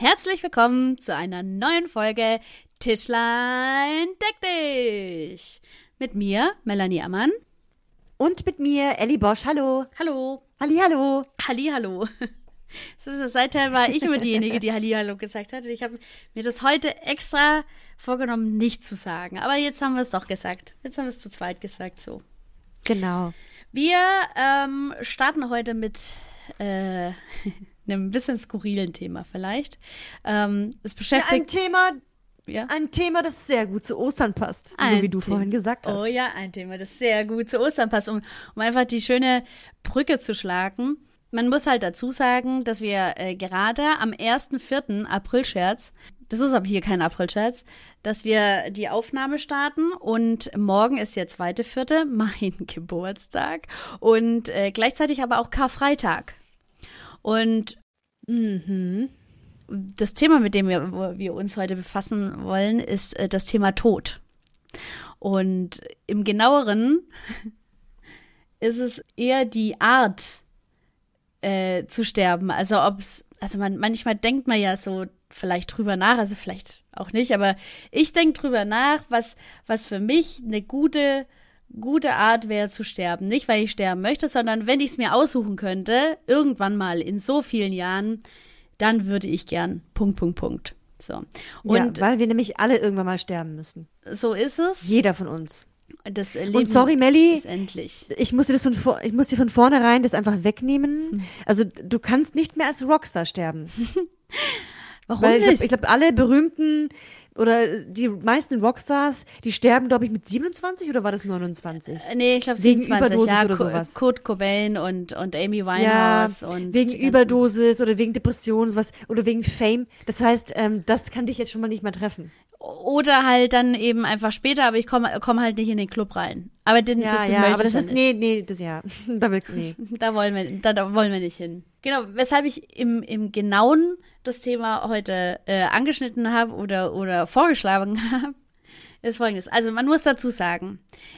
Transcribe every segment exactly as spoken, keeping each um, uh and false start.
Herzlich willkommen zu einer neuen Folge Tischlein deck dich. Mit mir, Melanie Ammann. Und mit mir, Elli Bosch. Hallo. Hallo. Hallihallo. Hallihallo. Das ist, seither war ich immer diejenige, die Hallihallo gesagt hat. Und ich habe mir das heute extra vorgenommen, nicht zu sagen. Aber jetzt haben wir es doch gesagt. Jetzt haben wir es zu zweit gesagt, so. Genau. Wir ähm, starten heute mit äh, einem bisschen skurrilen Thema vielleicht. Ähm, es beschäftigt... Ja, ein Thema, ja? ein Thema, das sehr gut zu Ostern passt, ein so wie du Thema. vorhin gesagt hast. Oh ja, ein Thema, das sehr gut zu Ostern passt, um, um einfach die schöne Brücke zu schlagen. Man muss halt dazu sagen, dass wir äh, gerade am ersten vierten Aprilscherz, das ist aber hier kein Aprilscherz, dass wir die Aufnahme starten und morgen ist der zweite vierte, mein Geburtstag und äh, gleichzeitig aber auch Karfreitag. Und Mhm. das Thema, mit dem wir, wo wir uns heute befassen wollen, ist äh, das Thema Tod. Und im Genaueren ist es eher die Art, Äh, zu sterben. Also ob's, also man, manchmal denkt man ja so vielleicht drüber nach, also vielleicht auch nicht, aber ich denke drüber nach, was, was für mich eine gute, gute Art wäre zu sterben. Nicht, weil ich sterben möchte, sondern wenn ich es mir aussuchen könnte, irgendwann mal in so vielen Jahren, dann würde ich gern Punkt, Punkt, Punkt. So. Und ja, weil wir nämlich alle irgendwann mal sterben müssen. so ist es. Jeder von uns. Das Leben Und sorry, Melli, ist endlich. ich muss dir das von vor, ich muss dir von vornherein das einfach wegnehmen. Hm. Also du kannst nicht mehr als Rockstar sterben. Warum Weil ich nicht? glaube, glaub, alle berühmten oder die meisten Rockstars, die sterben, glaube ich, mit siebenundzwanzig oder war das neunundzwanzig? Nee, ich glaube Wegen siebenundzwanzig, Überdosis ja, oder Ku- sowas. Kurt Cobain und, und Amy Ja, Winehouse. und wegen die ganzen- Überdosis oder wegen Depression sowas, oder wegen Fame. Das heißt, ähm, das kann dich jetzt schon mal nicht mehr treffen. Oder halt dann eben einfach später, aber ich komme komm halt nicht in den Club rein. Aber den, Ja, das, den ja, möchte aber das ich ist, ja nee, nicht. nee, das, ja, da will, nee. Da wollen wir, da, da wollen wir nicht hin. Genau, weshalb ich im, im Genauen das Thema heute äh, angeschnitten habe oder, oder vorgeschlagen habe, ist folgendes. Also man muss dazu sagen,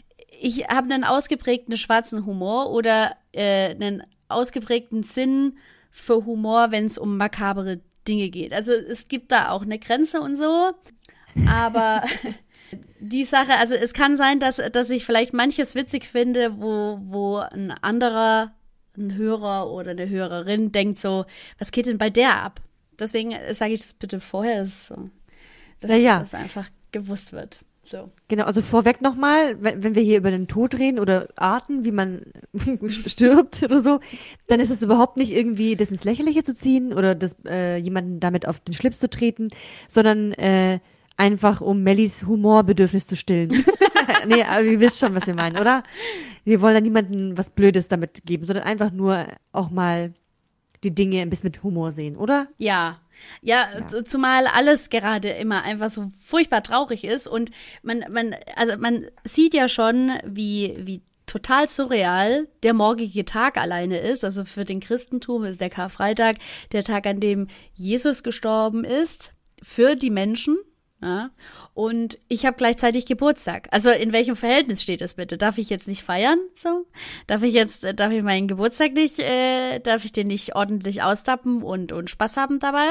ich habe einen ausgeprägten schwarzen Humor oder äh, einen ausgeprägten Sinn für Humor, wenn es um makabere Dinge geht. Also es gibt da auch eine Grenze und so, aber die Sache, also es kann sein, dass, dass ich vielleicht manches witzig finde, wo, wo ein anderer, ein Hörer oder eine Hörerin denkt so, was geht denn bei der ab? Deswegen sage ich das bitte vorher, dass, so, dass Ja, ja. das einfach gewusst wird. So. Genau, also vorweg nochmal, wenn, wenn wir hier über den Tod reden oder Arten, wie man stirbt oder so, dann ist es überhaupt nicht irgendwie, das ins Lächerliche zu ziehen oder das, äh, jemanden damit auf den Schlips zu treten, sondern äh, einfach um Mellis Humorbedürfnis zu stillen. Nee, aber ihr wisst schon, was wir meinen, oder? Wir wollen da niemandem was Blödes damit geben, sondern einfach nur auch mal die Dinge ein bisschen mit Humor sehen, oder? Ja, ja, Ja. z- zumal alles gerade immer einfach so furchtbar traurig ist und man, man, also man sieht ja schon, wie, wie total surreal der morgige Tag alleine ist. Also für den Christentum ist der Karfreitag der Tag, an dem Jesus gestorben ist, für die Menschen. Ja, und ich habe gleichzeitig Geburtstag. Also in welchem Verhältnis steht das bitte? Darf ich jetzt nicht feiern? So? Darf ich jetzt, äh, darf ich meinen Geburtstag nicht, äh, darf ich den nicht ordentlich austappen und, und Spaß haben dabei?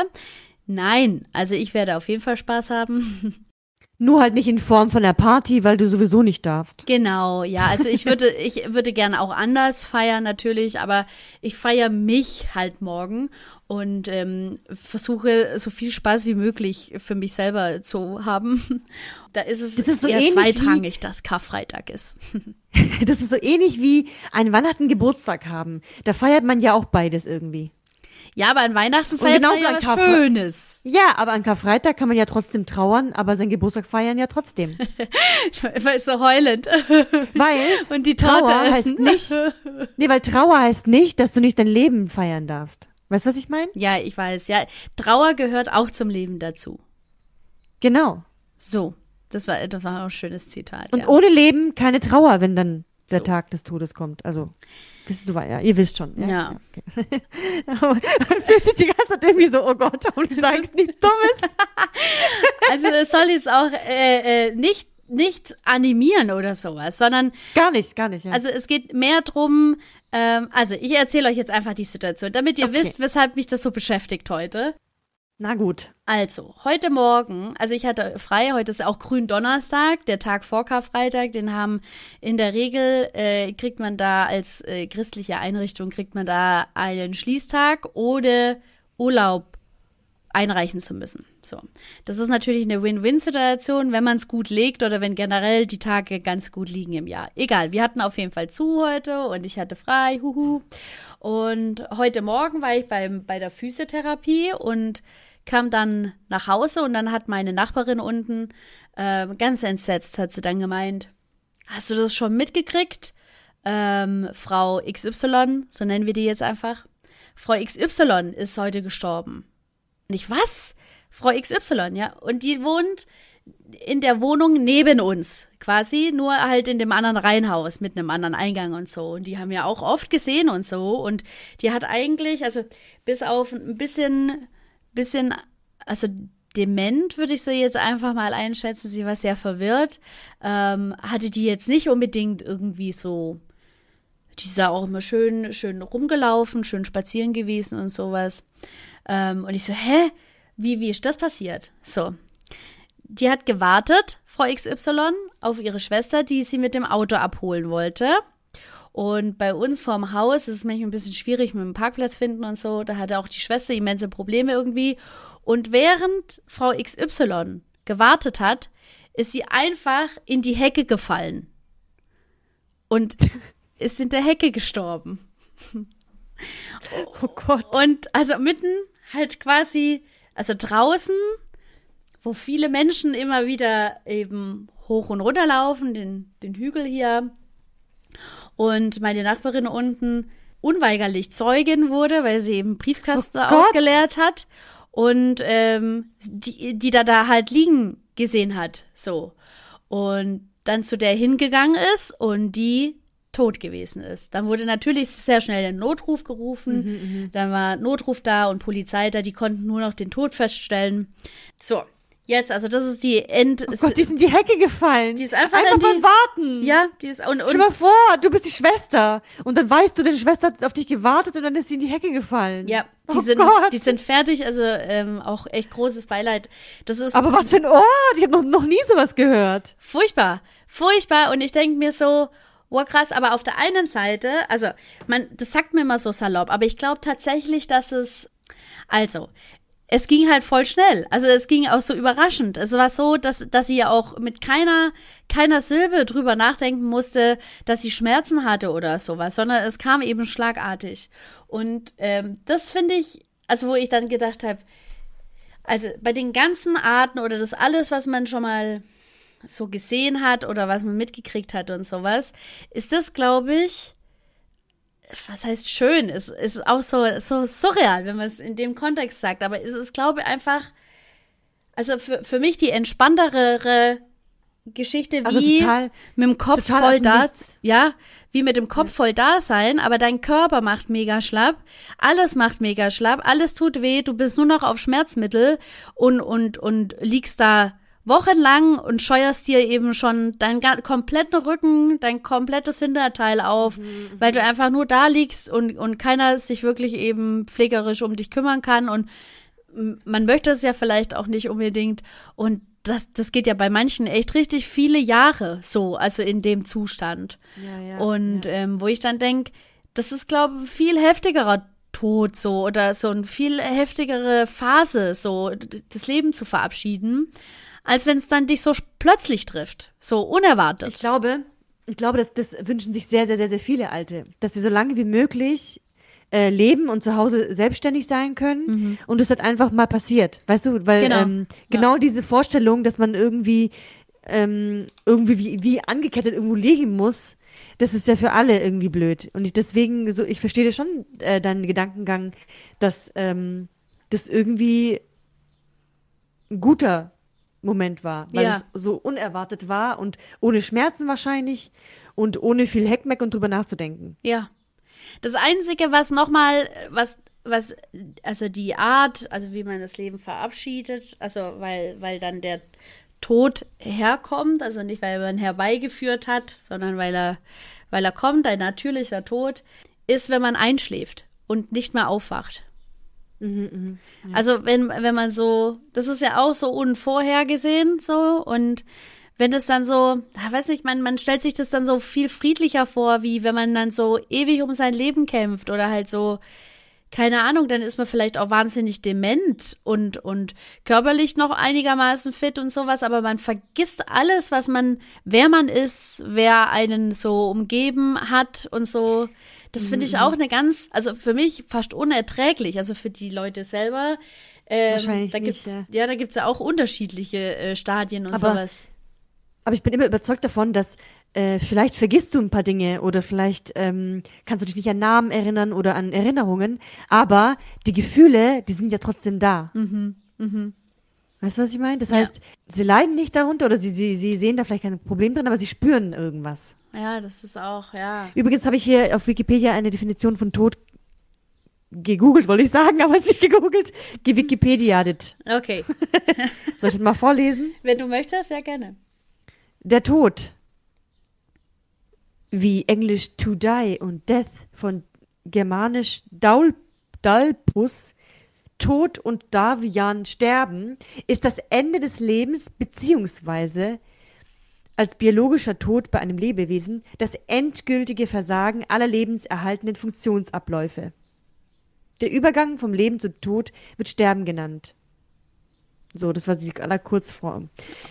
Nein, also ich werde auf jeden Fall Spaß haben. Nur halt nicht in Form von einer Party, weil du sowieso nicht darfst. Genau, ja, also ich würde, ich würde gerne auch anders feiern natürlich, aber ich feiere mich halt morgen und ähm, versuche so viel Spaß wie möglich für mich selber zu haben. Da ist es Das ist so eher ähnlich zweitrangig, dass Karfreitag ist. Das ist so ähnlich wie ein Weihnachten Geburtstag haben. Da feiert man ja auch beides irgendwie. Ja, aber an Weihnachten feiert man genauso ja an was Karfre- Schönes. Ja, aber an Karfreitag kann man ja trotzdem trauern, aber seinen Geburtstag feiern ja trotzdem. Weil es so heulend. Weil Und die Torte Trauer essen. heißt nicht, nee, weil Trauer heißt nicht, dass du nicht dein Leben feiern darfst. Weißt du, was ich meine? Ja, ich weiß, ja. Trauer gehört auch zum Leben dazu. Genau. So, das war, das war auch ein schönes Zitat. Und ja. ohne Leben keine Trauer, wenn dann der So. Tag des Todes kommt. Also, wisst du, ja, ihr wisst schon. Ja. Ja. Okay. Aber fühlt sich die ganze Zeit irgendwie so, oh Gott, hoffentlich sag ich nichts Dummes. Also es soll jetzt auch äh, äh, nicht, nicht animieren oder sowas, sondern Gar nicht, gar nicht. Ja. also es geht mehr drum, ähm, also ich erzähle euch jetzt einfach die Situation, damit ihr Okay. wisst, weshalb mich das so beschäftigt heute. Na gut. Also, heute Morgen, also ich hatte frei, heute ist auch Gründonnerstag, der Tag vor Karfreitag, den haben in der Regel, äh, kriegt man da als äh, christliche Einrichtung, kriegt man da einen Schließtag ohne Urlaub einreichen zu müssen. So, das ist natürlich eine Win-Win-Situation, wenn man es gut legt oder wenn generell die Tage ganz gut liegen im Jahr. Egal, wir hatten auf jeden Fall zu heute und ich hatte frei, huhu. Und heute Morgen war ich beim, bei der Physiotherapie und kam dann nach Hause und dann hat meine Nachbarin unten äh, ganz entsetzt, hat sie dann gemeint, hast du das schon mitgekriegt? Ähm, Frau X Y, so nennen wir die jetzt einfach, Frau X Y ist heute gestorben. Und ich, was? Frau X Y, ja. Und die wohnt in der Wohnung neben uns, quasi, nur halt in dem anderen Reihenhaus mit einem anderen Eingang und so. Und die haben ja auch oft gesehen und so. Und die hat eigentlich, also bis auf ein bisschen, bisschen, also dement würde ich sie jetzt einfach mal einschätzen. Sie war sehr verwirrt. Ähm, hatte die jetzt nicht unbedingt irgendwie so, die ist ja auch immer schön, schön rumgelaufen, schön spazieren gewesen und sowas. Ähm, und ich so, hä? Wie, wie ist das passiert? So. Die hat gewartet, Frau X Y, auf ihre Schwester, die sie mit dem Auto abholen wollte. Und bei uns vorm Haus ist es manchmal ein bisschen schwierig mit dem Parkplatz finden und so. Da hatte auch die Schwester immense Probleme irgendwie. Und während Frau X Y gewartet hat, ist sie einfach in die Hecke gefallen. Und ist in der Hecke gestorben. Oh Gott. Und also mitten halt quasi, also draußen, wo viele Menschen immer wieder eben hoch und runter laufen, den, den Hügel hier. Und meine Nachbarin unten unweigerlich Zeugin wurde, weil sie eben Briefkasten oh ausgeleert hat. Und ähm, die, die da da halt liegen gesehen hat. So. Und dann zu der hingegangen ist und die tot gewesen ist. Dann wurde natürlich sehr schnell der Notruf gerufen. Mhm, dann war Notruf da und Polizei da. Die konnten nur noch den Tod feststellen. So, jetzt, also das ist die End... Oh Gott, die ist in die Hecke gefallen. Die ist einfach, einfach in die, beim Warten. Ja, die ist... Und, und Stell mal vor, du bist die Schwester. Und dann weißt du, deine Schwester hat auf dich gewartet und dann ist sie in die Hecke gefallen. Ja, die, oh sind, Gott. die sind fertig. Also ähm, auch echt großes Beileid. Das ist Aber was für ein Ort. Ich habe noch, noch nie sowas gehört. Furchtbar. Furchtbar. Und ich denke mir so... Oh, krass, aber auf der einen Seite, also, man, das sagt mir immer so salopp, aber ich glaube tatsächlich, dass es, also, es ging halt voll schnell. Also, es ging auch so überraschend. Es war so, dass, dass sie ja auch mit keiner, keiner Silbe drüber nachdenken musste, dass sie Schmerzen hatte oder sowas, sondern es kam eben schlagartig. Und ähm, das finde ich, also, wo ich dann gedacht habe, also, bei den ganzen Arten oder das alles, was man schon mal so gesehen hat oder was man mitgekriegt hat und sowas, ist das, glaube ich, was heißt schön, ist, ist auch so, so surreal, wenn man es in dem Kontext sagt, aber es ist, glaube ich, einfach, also für, für mich die entspanntere Geschichte, wie also total, mit dem Kopf voll da, ja, wie mit dem Kopf voll da sein, aber dein Körper macht mega schlapp, alles macht mega schlapp, alles tut weh, du bist nur noch auf Schmerzmittel und, und, und liegst da wochenlang und scheuerst dir eben schon deinen kompletten Rücken, dein komplettes Hinterteil auf, mhm. weil du einfach nur da liegst und, und keiner sich wirklich eben pflegerisch um dich kümmern kann und man möchte es ja vielleicht auch nicht unbedingt und das, das geht ja bei manchen echt richtig viele Jahre so, also in dem Zustand. Ja, ja, und ja. Ähm, wo ich dann denke, das ist, glaube ich, viel heftigerer Tod so oder so eine viel heftigere Phase, so das Leben zu verabschieden, als wenn es dann dich so plötzlich trifft, so unerwartet. Ich glaube, ich glaube, das, das wünschen sich sehr, sehr, sehr, sehr viele Alte, dass sie so lange wie möglich äh, leben und zu Hause selbstständig sein können mhm. und es hat einfach mal passiert, weißt du, weil genau, ähm, genau ja. diese Vorstellung, dass man irgendwie ähm, irgendwie wie, wie angekettet irgendwo liegen muss, das ist ja für alle irgendwie blöd und ich deswegen so, ich verstehe das schon äh, deinen Gedankengang, dass ähm, das irgendwie ein guter Moment war, weil ja. es so unerwartet war und ohne Schmerzen wahrscheinlich und ohne viel Heckmeck und drüber nachzudenken. Ja. Das Einzige, was nochmal, was, was, also die Art, also wie man das Leben verabschiedet, also weil, weil dann der Tod herkommt, also nicht, weil man herbeigeführt hat, sondern weil er, weil er kommt, ein natürlicher Tod, ist, wenn man einschläft und nicht mehr aufwacht. Mhm, mhm, ja. Also wenn, wenn man so, das ist ja auch so unvorhergesehen so und wenn das dann so, ich weiß nicht, man, man stellt sich das dann so viel friedlicher vor, wie wenn man dann so ewig um sein Leben kämpft oder halt so, keine Ahnung, dann ist man vielleicht auch wahnsinnig dement und, und körperlich noch einigermaßen fit und sowas, aber man vergisst alles, was man, wer man ist, wer einen so umgeben hat und so. Das finde ich auch eine ganz, also für mich fast unerträglich, also für die Leute selber. Ähm, Wahrscheinlich da nicht, gibt's, ja. ja, da gibt's ja auch unterschiedliche äh, Stadien und Aber- sowas. Aber ich bin immer überzeugt davon, dass äh, vielleicht vergisst du ein paar Dinge oder vielleicht ähm, kannst du dich nicht an Namen erinnern oder an Erinnerungen, aber die Gefühle, die sind ja trotzdem da. Mhm, mhm. Weißt du, was ich meine? Das Ja. heißt, sie leiden nicht darunter oder sie, sie, sie sehen da vielleicht kein Problem drin, aber sie spüren irgendwas. Ja, das ist auch, ja. Übrigens habe ich hier auf Wikipedia eine Definition von Tod gegoogelt, wollte ich sagen, aber es ist nicht gegoogelt. Gewikipediadet. Okay. Soll ich das mal vorlesen? Wenn du möchtest, ja gerne. Der Tod, wie Englisch to die und Death von Germanisch Daul, Dalpus, Tod und Davian sterben, ist das Ende des Lebens beziehungsweise als biologischer Tod bei einem Lebewesen das endgültige Versagen aller lebenserhaltenden Funktionsabläufe. Der Übergang vom Leben zum Tod wird Sterben genannt. So, das war die aller Kurzform.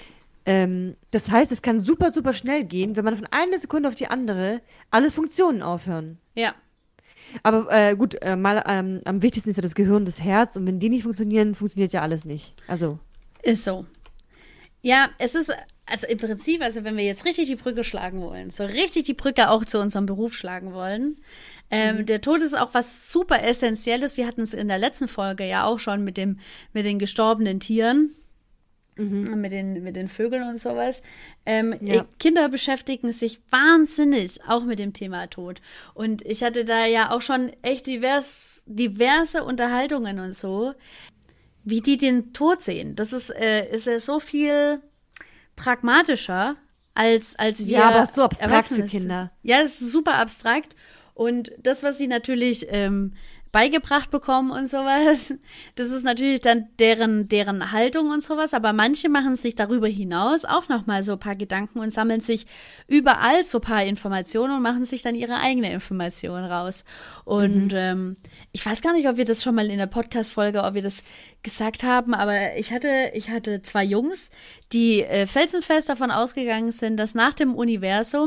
Ähm, das heißt, es kann super, super schnell gehen, wenn man von einer Sekunde auf die andere alle Funktionen aufhören. Ja. Aber äh, gut, äh, mal ähm, am wichtigsten ist ja das Gehirn, das Herz und wenn die nicht funktionieren, funktioniert ja alles nicht. Also. Ist so. Ja, es ist, also im Prinzip, also wenn wir jetzt richtig die Brücke schlagen wollen, so richtig die Brücke auch zu unserem Beruf schlagen wollen, ähm, mhm. der Tod ist auch was super Essentielles. Wir hatten es in der letzten Folge ja auch schon mit dem, mit den gestorbenen Tieren. Mhm. Mit den, mit den Vögeln und sowas. Ähm, ja. Kinder beschäftigen sich wahnsinnig auch mit dem Thema Tod. Und ich hatte da ja auch schon echt divers, diverse Unterhaltungen und so, wie die den Tod sehen. Das ist, äh, ist ja so viel pragmatischer, als, als wir. Ja, aber so abstrakt Erwachsene für Kinder. sind. Ja, es ist super abstrakt. Und das, was sie natürlich ähm, beigebracht bekommen und sowas, das ist natürlich dann deren, deren Haltung und sowas, aber manche machen sich darüber hinaus auch nochmal so ein paar Gedanken und sammeln sich überall so ein paar Informationen und machen sich dann ihre eigene Information raus. Und mhm. ähm, ich weiß gar nicht, ob wir das schon mal in der Podcast-Folge, ob wir das gesagt haben, aber ich hatte, ich hatte zwei Jungs, die äh, felsenfest davon ausgegangen sind, dass nach dem Universum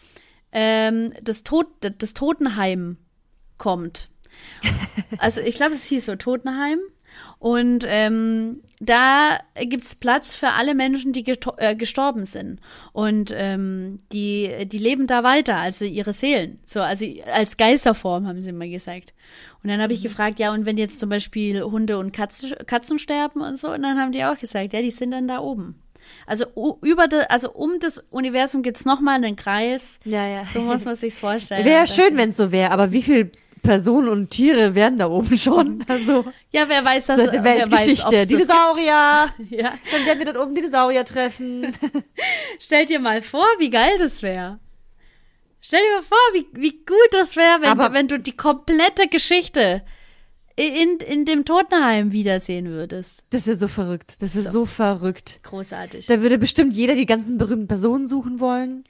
ähm, das, Tod, das Totenheim kommt. Also ich glaube, es hieß so Totenheim. Und ähm, da gibt's Platz für alle Menschen, die äh, gestorben sind. Und ähm, die, die leben da weiter, also ihre Seelen. So, also als Geisterform, haben sie immer gesagt. Und dann habe ich mhm. gefragt, ja, und wenn jetzt zum Beispiel Hunde und Katze, Katzen sterben und so, und dann haben die auch gesagt, ja, die sind dann da oben. Also über de, also um das Universum gibt's noch mal einen Kreis. Ja, ja. So muss man sich's vorstellen. Wäre schön, wenn es so wäre, aber wie viel Personen und Tiere werden da oben schon? Also ja, wer weiß das? Seit der Weltgeschichte. Wer weiß, Dinosaurier. Ja. Dann werden wir dort oben Dinosaurier treffen. Stell dir mal vor, wie geil das wäre. Stell dir mal vor, wie, wie gut das wäre, wenn, du, wenn du die komplette Geschichte in, in dem Totenheim wiedersehen würdest. Das wäre so verrückt. Das wäre so. so verrückt. Großartig. Da würde bestimmt jeder die ganzen berühmten Personen suchen wollen.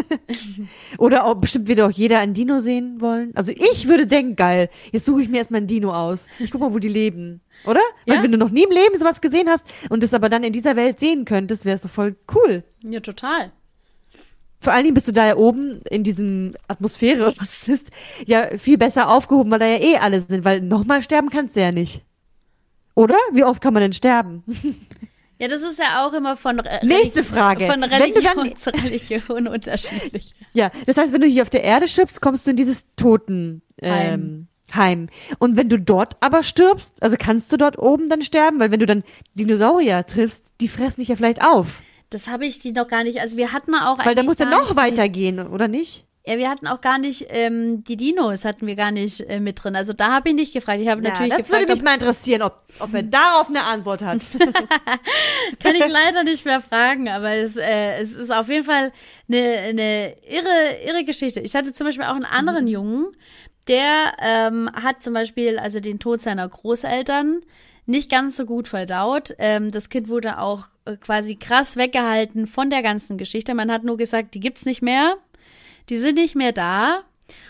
Oder auch, bestimmt würde auch jeder einen Dino sehen wollen. Also ich würde denken, geil, jetzt suche ich mir erstmal einen Dino aus. Ich guck mal, wo die leben. Oder? Ja? Weil wenn du noch nie im Leben sowas gesehen hast und es aber dann in dieser Welt sehen könntest, wäre es doch voll cool. Ja, total. Vor allen Dingen bist du da ja oben in diesem Atmosphäre, was es ist, ja viel besser aufgehoben, weil da ja eh alle sind, weil nochmal sterben kannst du ja nicht. Oder? Wie oft kann man denn sterben? Ja, das ist ja auch immer von Re Nächste Frage. Von Wenn du Religion dann, zu Religion unterschiedlich. Ja, das heißt, wenn du hier auf der Erde stirbst, kommst du in dieses Toten ähm, Heim. Heim. Und wenn du dort aber stirbst, also kannst du dort oben dann sterben, weil wenn du dann Dinosaurier triffst, die fressen dich ja vielleicht auf. Das habe ich die noch gar nicht. Also wir hatten auch Weil da muss ja noch nicht weitergehen, oder nicht? Ja, wir hatten auch gar nicht, ähm, die Dinos hatten wir gar nicht äh, mit drin. Also da habe ich nicht gefragt. Ich habe Ja, natürlich das gefragt, würde mich ob, mal interessieren, ob, ob er darauf eine Antwort hat. kann ich leider nicht mehr fragen, aber es, äh, es ist auf jeden Fall eine, eine irre, irre Geschichte. Ich hatte zum Beispiel auch einen anderen mhm. Jungen, der ähm, hat zum Beispiel also den Tod seiner Großeltern nicht ganz so gut verdaut. Ähm, das Kind wurde auch äh, quasi krass weggehalten von der ganzen Geschichte. Man hat nur gesagt, die gibt's nicht mehr, die sind nicht mehr da.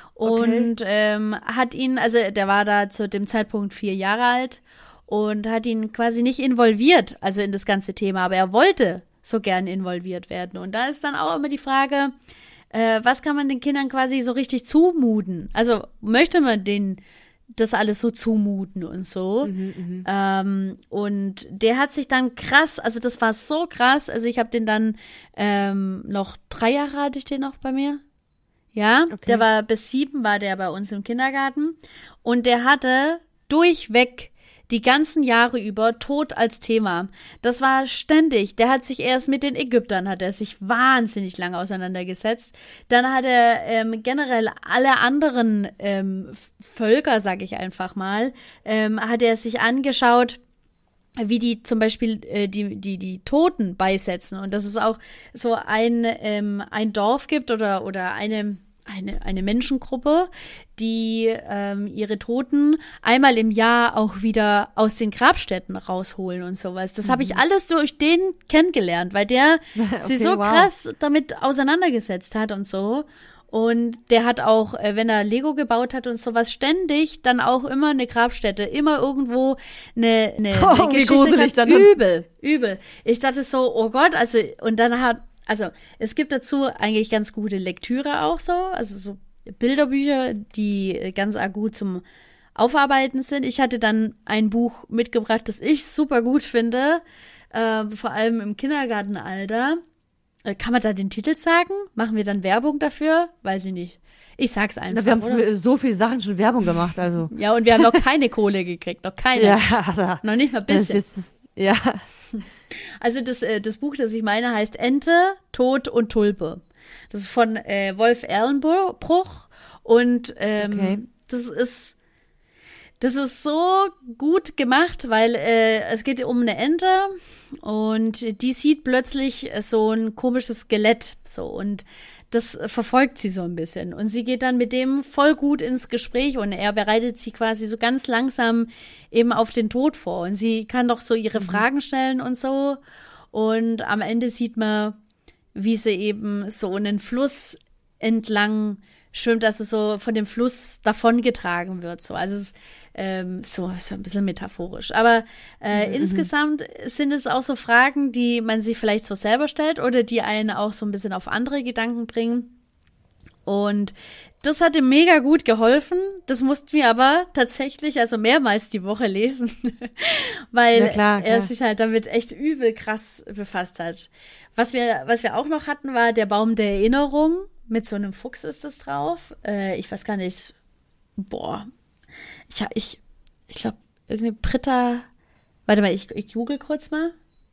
Und okay. ähm, hat ihn, also der war da zu dem Zeitpunkt vier Jahre alt und hat ihn quasi nicht involviert, also in das ganze Thema, aber er wollte so gern involviert werden. Und da ist dann auch immer die Frage, äh, was kann man den Kindern quasi so richtig zumuten? Also möchte man denen das alles so zumuten und so? Mhm, ähm, und der hat sich dann krass, also das war so krass, also ich habe den dann ähm, noch drei Jahre hatte ich den noch bei mir. Ja, okay. Der war bis sieben, war der bei uns im Kindergarten. Und der hatte durchweg die ganzen Jahre über Tod als Thema. Das war ständig. Der hat sich erst mit den Ägyptern, hat er sich wahnsinnig lange auseinandergesetzt. Dann hat er ähm, generell alle anderen ähm, Völker, sag ich einfach mal, ähm, hat er sich angeschaut, wie die zum Beispiel äh, die, die, die Toten beisetzen und dass es auch so ein, ähm, ein Dorf gibt oder, oder eine, eine, eine Menschengruppe, die ähm, ihre Toten einmal im Jahr auch wieder aus den Grabstätten rausholen und sowas. Das mhm. habe ich alles durch den kennengelernt, weil der okay, sich so wow. krass damit auseinandergesetzt hat und so. Und der hat auch, wenn er Lego gebaut hat und sowas, ständig dann auch immer eine Grabstätte, immer irgendwo eine, eine, eine oh, Geschichte gehabt. Dann übel, übel. Ich dachte so, oh Gott, also, und dann hat, also, es gibt dazu eigentlich ganz gute Lektüre auch so, also so Bilderbücher, die ganz arg gut zum Aufarbeiten sind. Ich hatte dann ein Buch mitgebracht, das ich super gut finde, äh, vor allem im Kindergartenalter. Kann man da den Titel sagen? Machen wir dann Werbung dafür? Weiß ich nicht. Ich sag's einfach. Na, wir haben oder? für so viele Sachen schon Werbung gemacht, also. Ja, und wir haben noch keine Kohle gekriegt, noch keine. Ja, also, noch nicht mal ein bisschen. Das ist, ja. Also das, das Buch, das ich meine, heißt Ente, Tod und Tulpe. Das ist von äh, Wolf Erlenbruch und ähm, okay. das ist Das ist so gut gemacht, weil äh, es geht um eine Ente und die sieht plötzlich so ein komisches Skelett so und das verfolgt sie so ein bisschen und sie geht dann mit dem voll gut ins Gespräch und er bereitet sie quasi so ganz langsam eben auf den Tod vor und sie kann doch so ihre mhm. Fragen stellen und so und am Ende sieht man, wie sie eben so einen Fluss entlang schwimmt, dass es so von dem Fluss davongetragen wird. So. Also es ist ähm, so, so ein bisschen metaphorisch. Aber äh, mhm. insgesamt sind es auch so Fragen, die man sich vielleicht so selber stellt oder die einen auch so ein bisschen auf andere Gedanken bringen. Und das hat ihm mega gut geholfen. Das mussten wir aber tatsächlich also mehrmals die Woche lesen, weil ja, klar, klar. er sich halt damit echt übel krass befasst hat. Was wir, was wir auch noch hatten, war der Baum der Erinnerung. Mit so einem Fuchs ist das drauf. Äh, ich weiß gar nicht. Boah. Ich, ich, ich glaube, irgendeine Britta. Warte mal, ich, ich google kurz mal.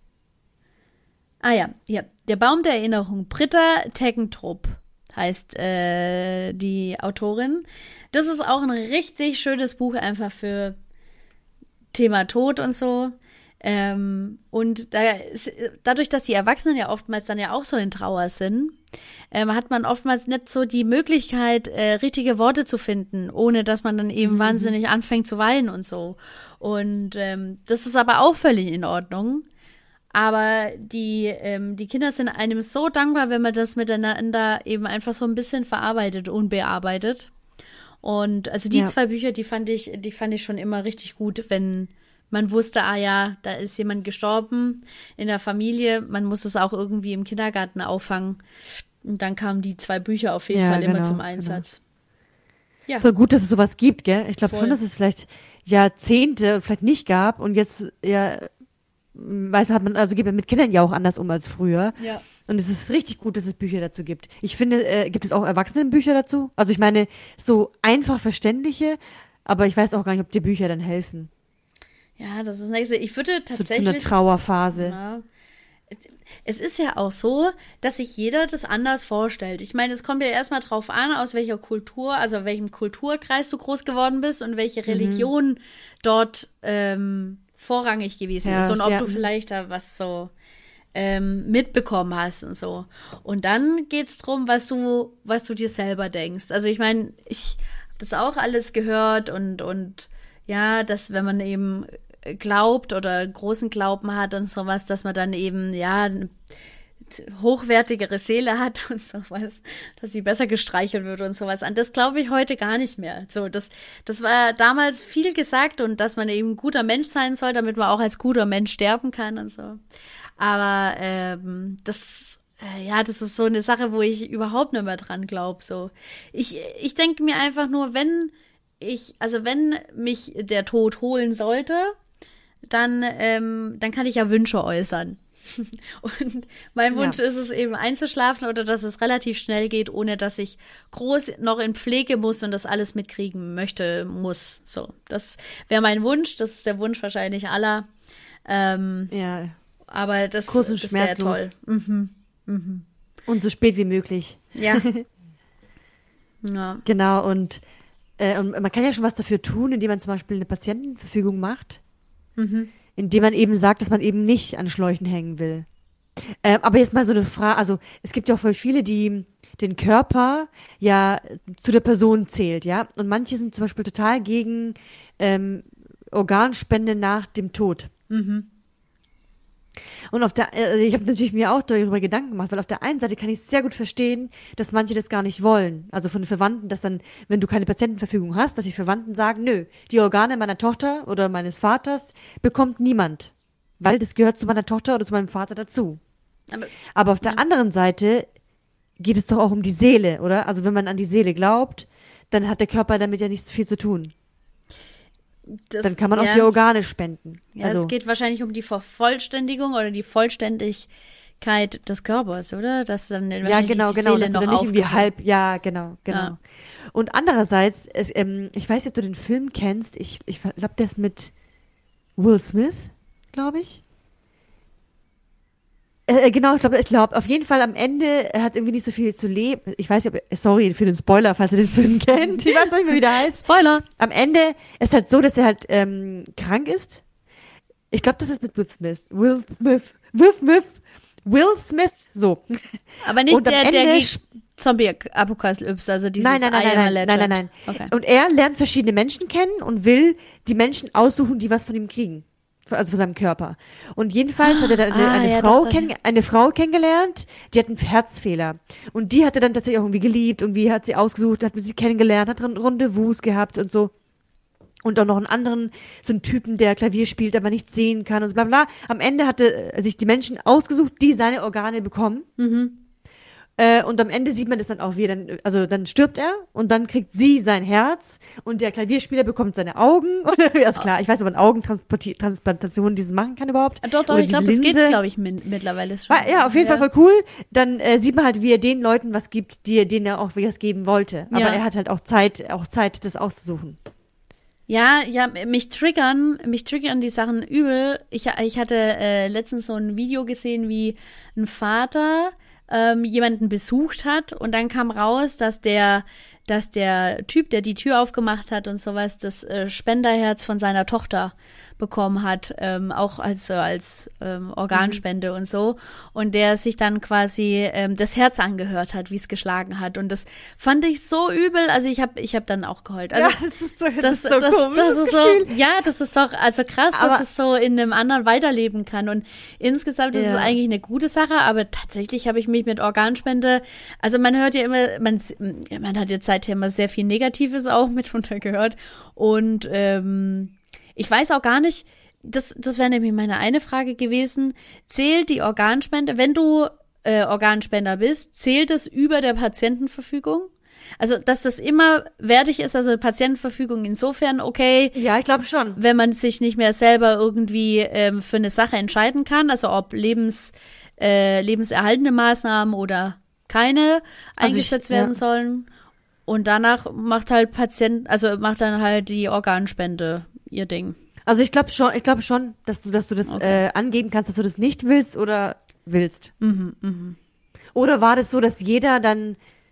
Ah ja, hier. Der Baum der Erinnerung. Britta Teckentrup heißt äh, die Autorin. Das ist auch ein richtig schönes Buch einfach für Thema Tod und so. Ähm, und da, dadurch, dass die Erwachsenen ja oftmals dann ja auch so in Trauer sind, ähm, hat man oftmals nicht so die Möglichkeit, äh, richtige Worte zu finden, ohne dass man dann eben mhm. wahnsinnig anfängt zu weinen und so. Und ähm, das ist aber auch völlig in Ordnung. Aber die, ähm, die Kinder sind einem so dankbar, wenn man das miteinander eben einfach so ein bisschen verarbeitet, unbearbeitet. Und also die ja. zwei Bücher, die fand ich, die fand ich schon immer richtig gut, wenn man wusste, ah ja, da ist jemand gestorben in der Familie. Man muss es auch irgendwie im Kindergarten auffangen. Und dann kamen die zwei Bücher auf jeden ja, Fall genau, immer zum Einsatz. Genau. Ja. Voll gut, dass es sowas gibt, gell? Ich glaube schon, dass es vielleicht Jahrzehnte vielleicht nicht gab und jetzt, ja, weiß hat man, also geht man mit Kindern ja auch anders um als früher. Ja. Und es ist richtig gut, dass es Bücher dazu gibt. Ich finde, äh, gibt es auch Erwachsenenbücher dazu? Also ich meine, so einfach verständliche, aber ich weiß auch gar nicht, ob die Bücher dann helfen. Ja, das ist das Nächste. Ich würde tatsächlich. So zu einer Trauerphase. Na, es ist ja auch so, dass sich jeder das anders vorstellt. Ich meine, es kommt ja erstmal drauf an, aus welcher Kultur, also welchem Kulturkreis du groß geworden bist und welche Religion mhm. dort ähm, vorrangig gewesen ja, ist und ob ja. du vielleicht da was so ähm, mitbekommen hast und so. Und dann geht's drum, was du, was du dir selber denkst. Also ich meine, ich das auch alles gehört und, und ja, dass wenn man eben glaubt oder großen Glauben hat und sowas, dass man dann eben, ja, eine hochwertigere Seele hat und sowas, dass sie besser gestreichelt wird und sowas. An das glaube ich heute gar nicht mehr. So, das, das war damals viel gesagt und dass man eben ein guter Mensch sein soll, damit man auch als guter Mensch sterben kann und so. Aber ähm, das, äh, ja, das ist so eine Sache, wo ich überhaupt nicht mehr dran glaube. So, ich, ich denke mir einfach nur, wenn ich, also wenn mich der Tod holen sollte, dann, ähm, dann kann ich ja Wünsche äußern. Und mein Wunsch ja. ist es eben einzuschlafen oder dass es relativ schnell geht, ohne dass ich groß noch in Pflege muss und das alles mitkriegen möchte, muss. So, das wäre mein Wunsch. Das ist der Wunsch wahrscheinlich aller. Ähm, ja. Aber das, Kurz und das wäre schmerzlos. toll. Mhm. Mhm. Und so spät wie möglich. Ja. ja. Genau, und, äh, und man kann ja schon was dafür tun, indem man zum Beispiel eine Patientenverfügung macht. Mhm. Indem man eben sagt, dass man eben nicht an Schläuchen hängen will. Ähm, aber jetzt mal so eine Frage, also es gibt ja auch voll viele, die den Körper ja zu der Person zählt, ja. Und manche sind zum Beispiel total gegen ähm, Organspende nach dem Tod. Mhm. Und auf der, also ich habe natürlich mir auch darüber Gedanken gemacht, weil auf der einen Seite kann ich sehr gut verstehen, dass manche das gar nicht wollen. Also von den Verwandten, dass dann, wenn du keine Patientenverfügung hast, dass die Verwandten sagen, nö, die Organe meiner Tochter oder meines Vaters bekommt niemand. Weil das gehört zu meiner Tochter oder zu meinem Vater dazu. Aber, Aber auf der ja. anderen Seite geht es doch auch um die Seele, oder? Also wenn man an die Seele glaubt, dann hat der Körper damit ja nicht so viel zu tun. Das, dann kann man ja. auch die Organe spenden. Ja, also. Es geht wahrscheinlich um die Vervollständigung oder die Vollständigkeit des Körpers, oder? Dass dann ja, genau, die genau, Seele dass noch du dann nicht irgendwie aufgeht. halb, ja, genau, genau. Ja. Und andererseits, es, ähm, ich weiß nicht, ob du den Film kennst, ich, ich glaube, der ist mit Will Smith, glaube ich. Äh, genau, ich glaube, ich glaube, auf jeden Fall am Ende, er hat irgendwie nicht so viel zu leben. Ich weiß nicht, ob, sorry für den Spoiler, falls ihr den Film kennt. Ich weiß noch nicht mehr, wie der heißt. Spoiler. Am Ende ist halt so, dass er halt ähm, krank ist. Ich glaube, das ist mit Will Smith. Will Smith. Will Smith. Will Smith. So. Aber nicht Und der, Ende, der Zombie-Apokalypse, also dieses nein, nein, nein, I am nein, a Legend. nein, nein, nein. Okay. Und er lernt verschiedene Menschen kennen und will die Menschen aussuchen, die was von ihm kriegen. Also von seinem Körper. Und jedenfalls hat er dann eine, Ah, eine, ja, Frau doch, kenn, eine Frau kennengelernt, die hat einen Herzfehler. Und die hat er dann tatsächlich auch irgendwie geliebt und wie hat sie ausgesucht, hat sie kennengelernt, hat ein Rendezvous gehabt und so. Und auch noch einen anderen, so einen Typen, der Klavier spielt, aber nicht sehen kann und so bla bla. Am Ende hatte sich die Menschen ausgesucht, die seine Organe bekommen. Mhm. Äh, und am Ende sieht man das dann auch, wie er dann, also dann stirbt er und dann kriegt sie sein Herz und der Klavierspieler bekommt seine Augen. Und ja, ist klar, ich weiß nicht, ob man Augentransplantationen dieses machen kann überhaupt. Doch, doch, Oder ich glaube, das geht, glaube ich, min- mittlerweile. Ist schon, ja, auf jeden ja. Fall voll cool. Dann äh, sieht man halt, wie er den Leuten was gibt, die, denen er auch was geben wollte. Aber Ja. er hat halt auch Zeit, auch Zeit, das auszusuchen. Ja, ja, mich triggern, mich triggern die Sachen übel. Ich, ich hatte äh, letztens so ein Video gesehen, wie ein Vater ähm, jemanden besucht hat und dann kam raus, dass der, dass der Typ, der die Tür aufgemacht hat und sowas, das äh, Spenderherz von seiner Tochter bekommen hat, ähm, auch als, als ähm, Organspende mhm. und so. Und der sich dann quasi ähm, das Herz angehört hat, wie es geschlagen hat. Und das fand ich so übel. Also ich habe ich hab dann auch geheult. Also ja, das ist so, das, das, ist so das, komisch, das das ist so, ja, das ist doch, also krass, aber dass es so in einem anderen weiterleben kann. Und insgesamt ist ja. es eigentlich eine gute Sache, aber tatsächlich habe ich mich mit Organspende, also man hört ja immer, man, man hat jetzt seither immer sehr viel Negatives auch mit runtergehört. Und ähm, ich weiß auch gar nicht, das, das wäre nämlich meine eine Frage gewesen, zählt die Organspende, wenn du äh, Organspender bist, zählt es über der Patientenverfügung? Also, dass das immer wertig ist, also Patientenverfügung insofern, okay. Ja, ich glaube schon. Wenn man sich nicht mehr selber irgendwie ähm, für eine Sache entscheiden kann, also ob lebens, äh, lebenserhaltende Maßnahmen oder keine also eingesetzt ich, werden ja. sollen. Und danach macht halt Patient, also macht dann halt die Organspende ihr Ding. Also ich glaube schon, ich glaube schon, dass du, dass du das Okay. äh, angeben kannst, dass du das nicht willst oder willst. Mhm, mhm. Oder war das so, dass jeder dann,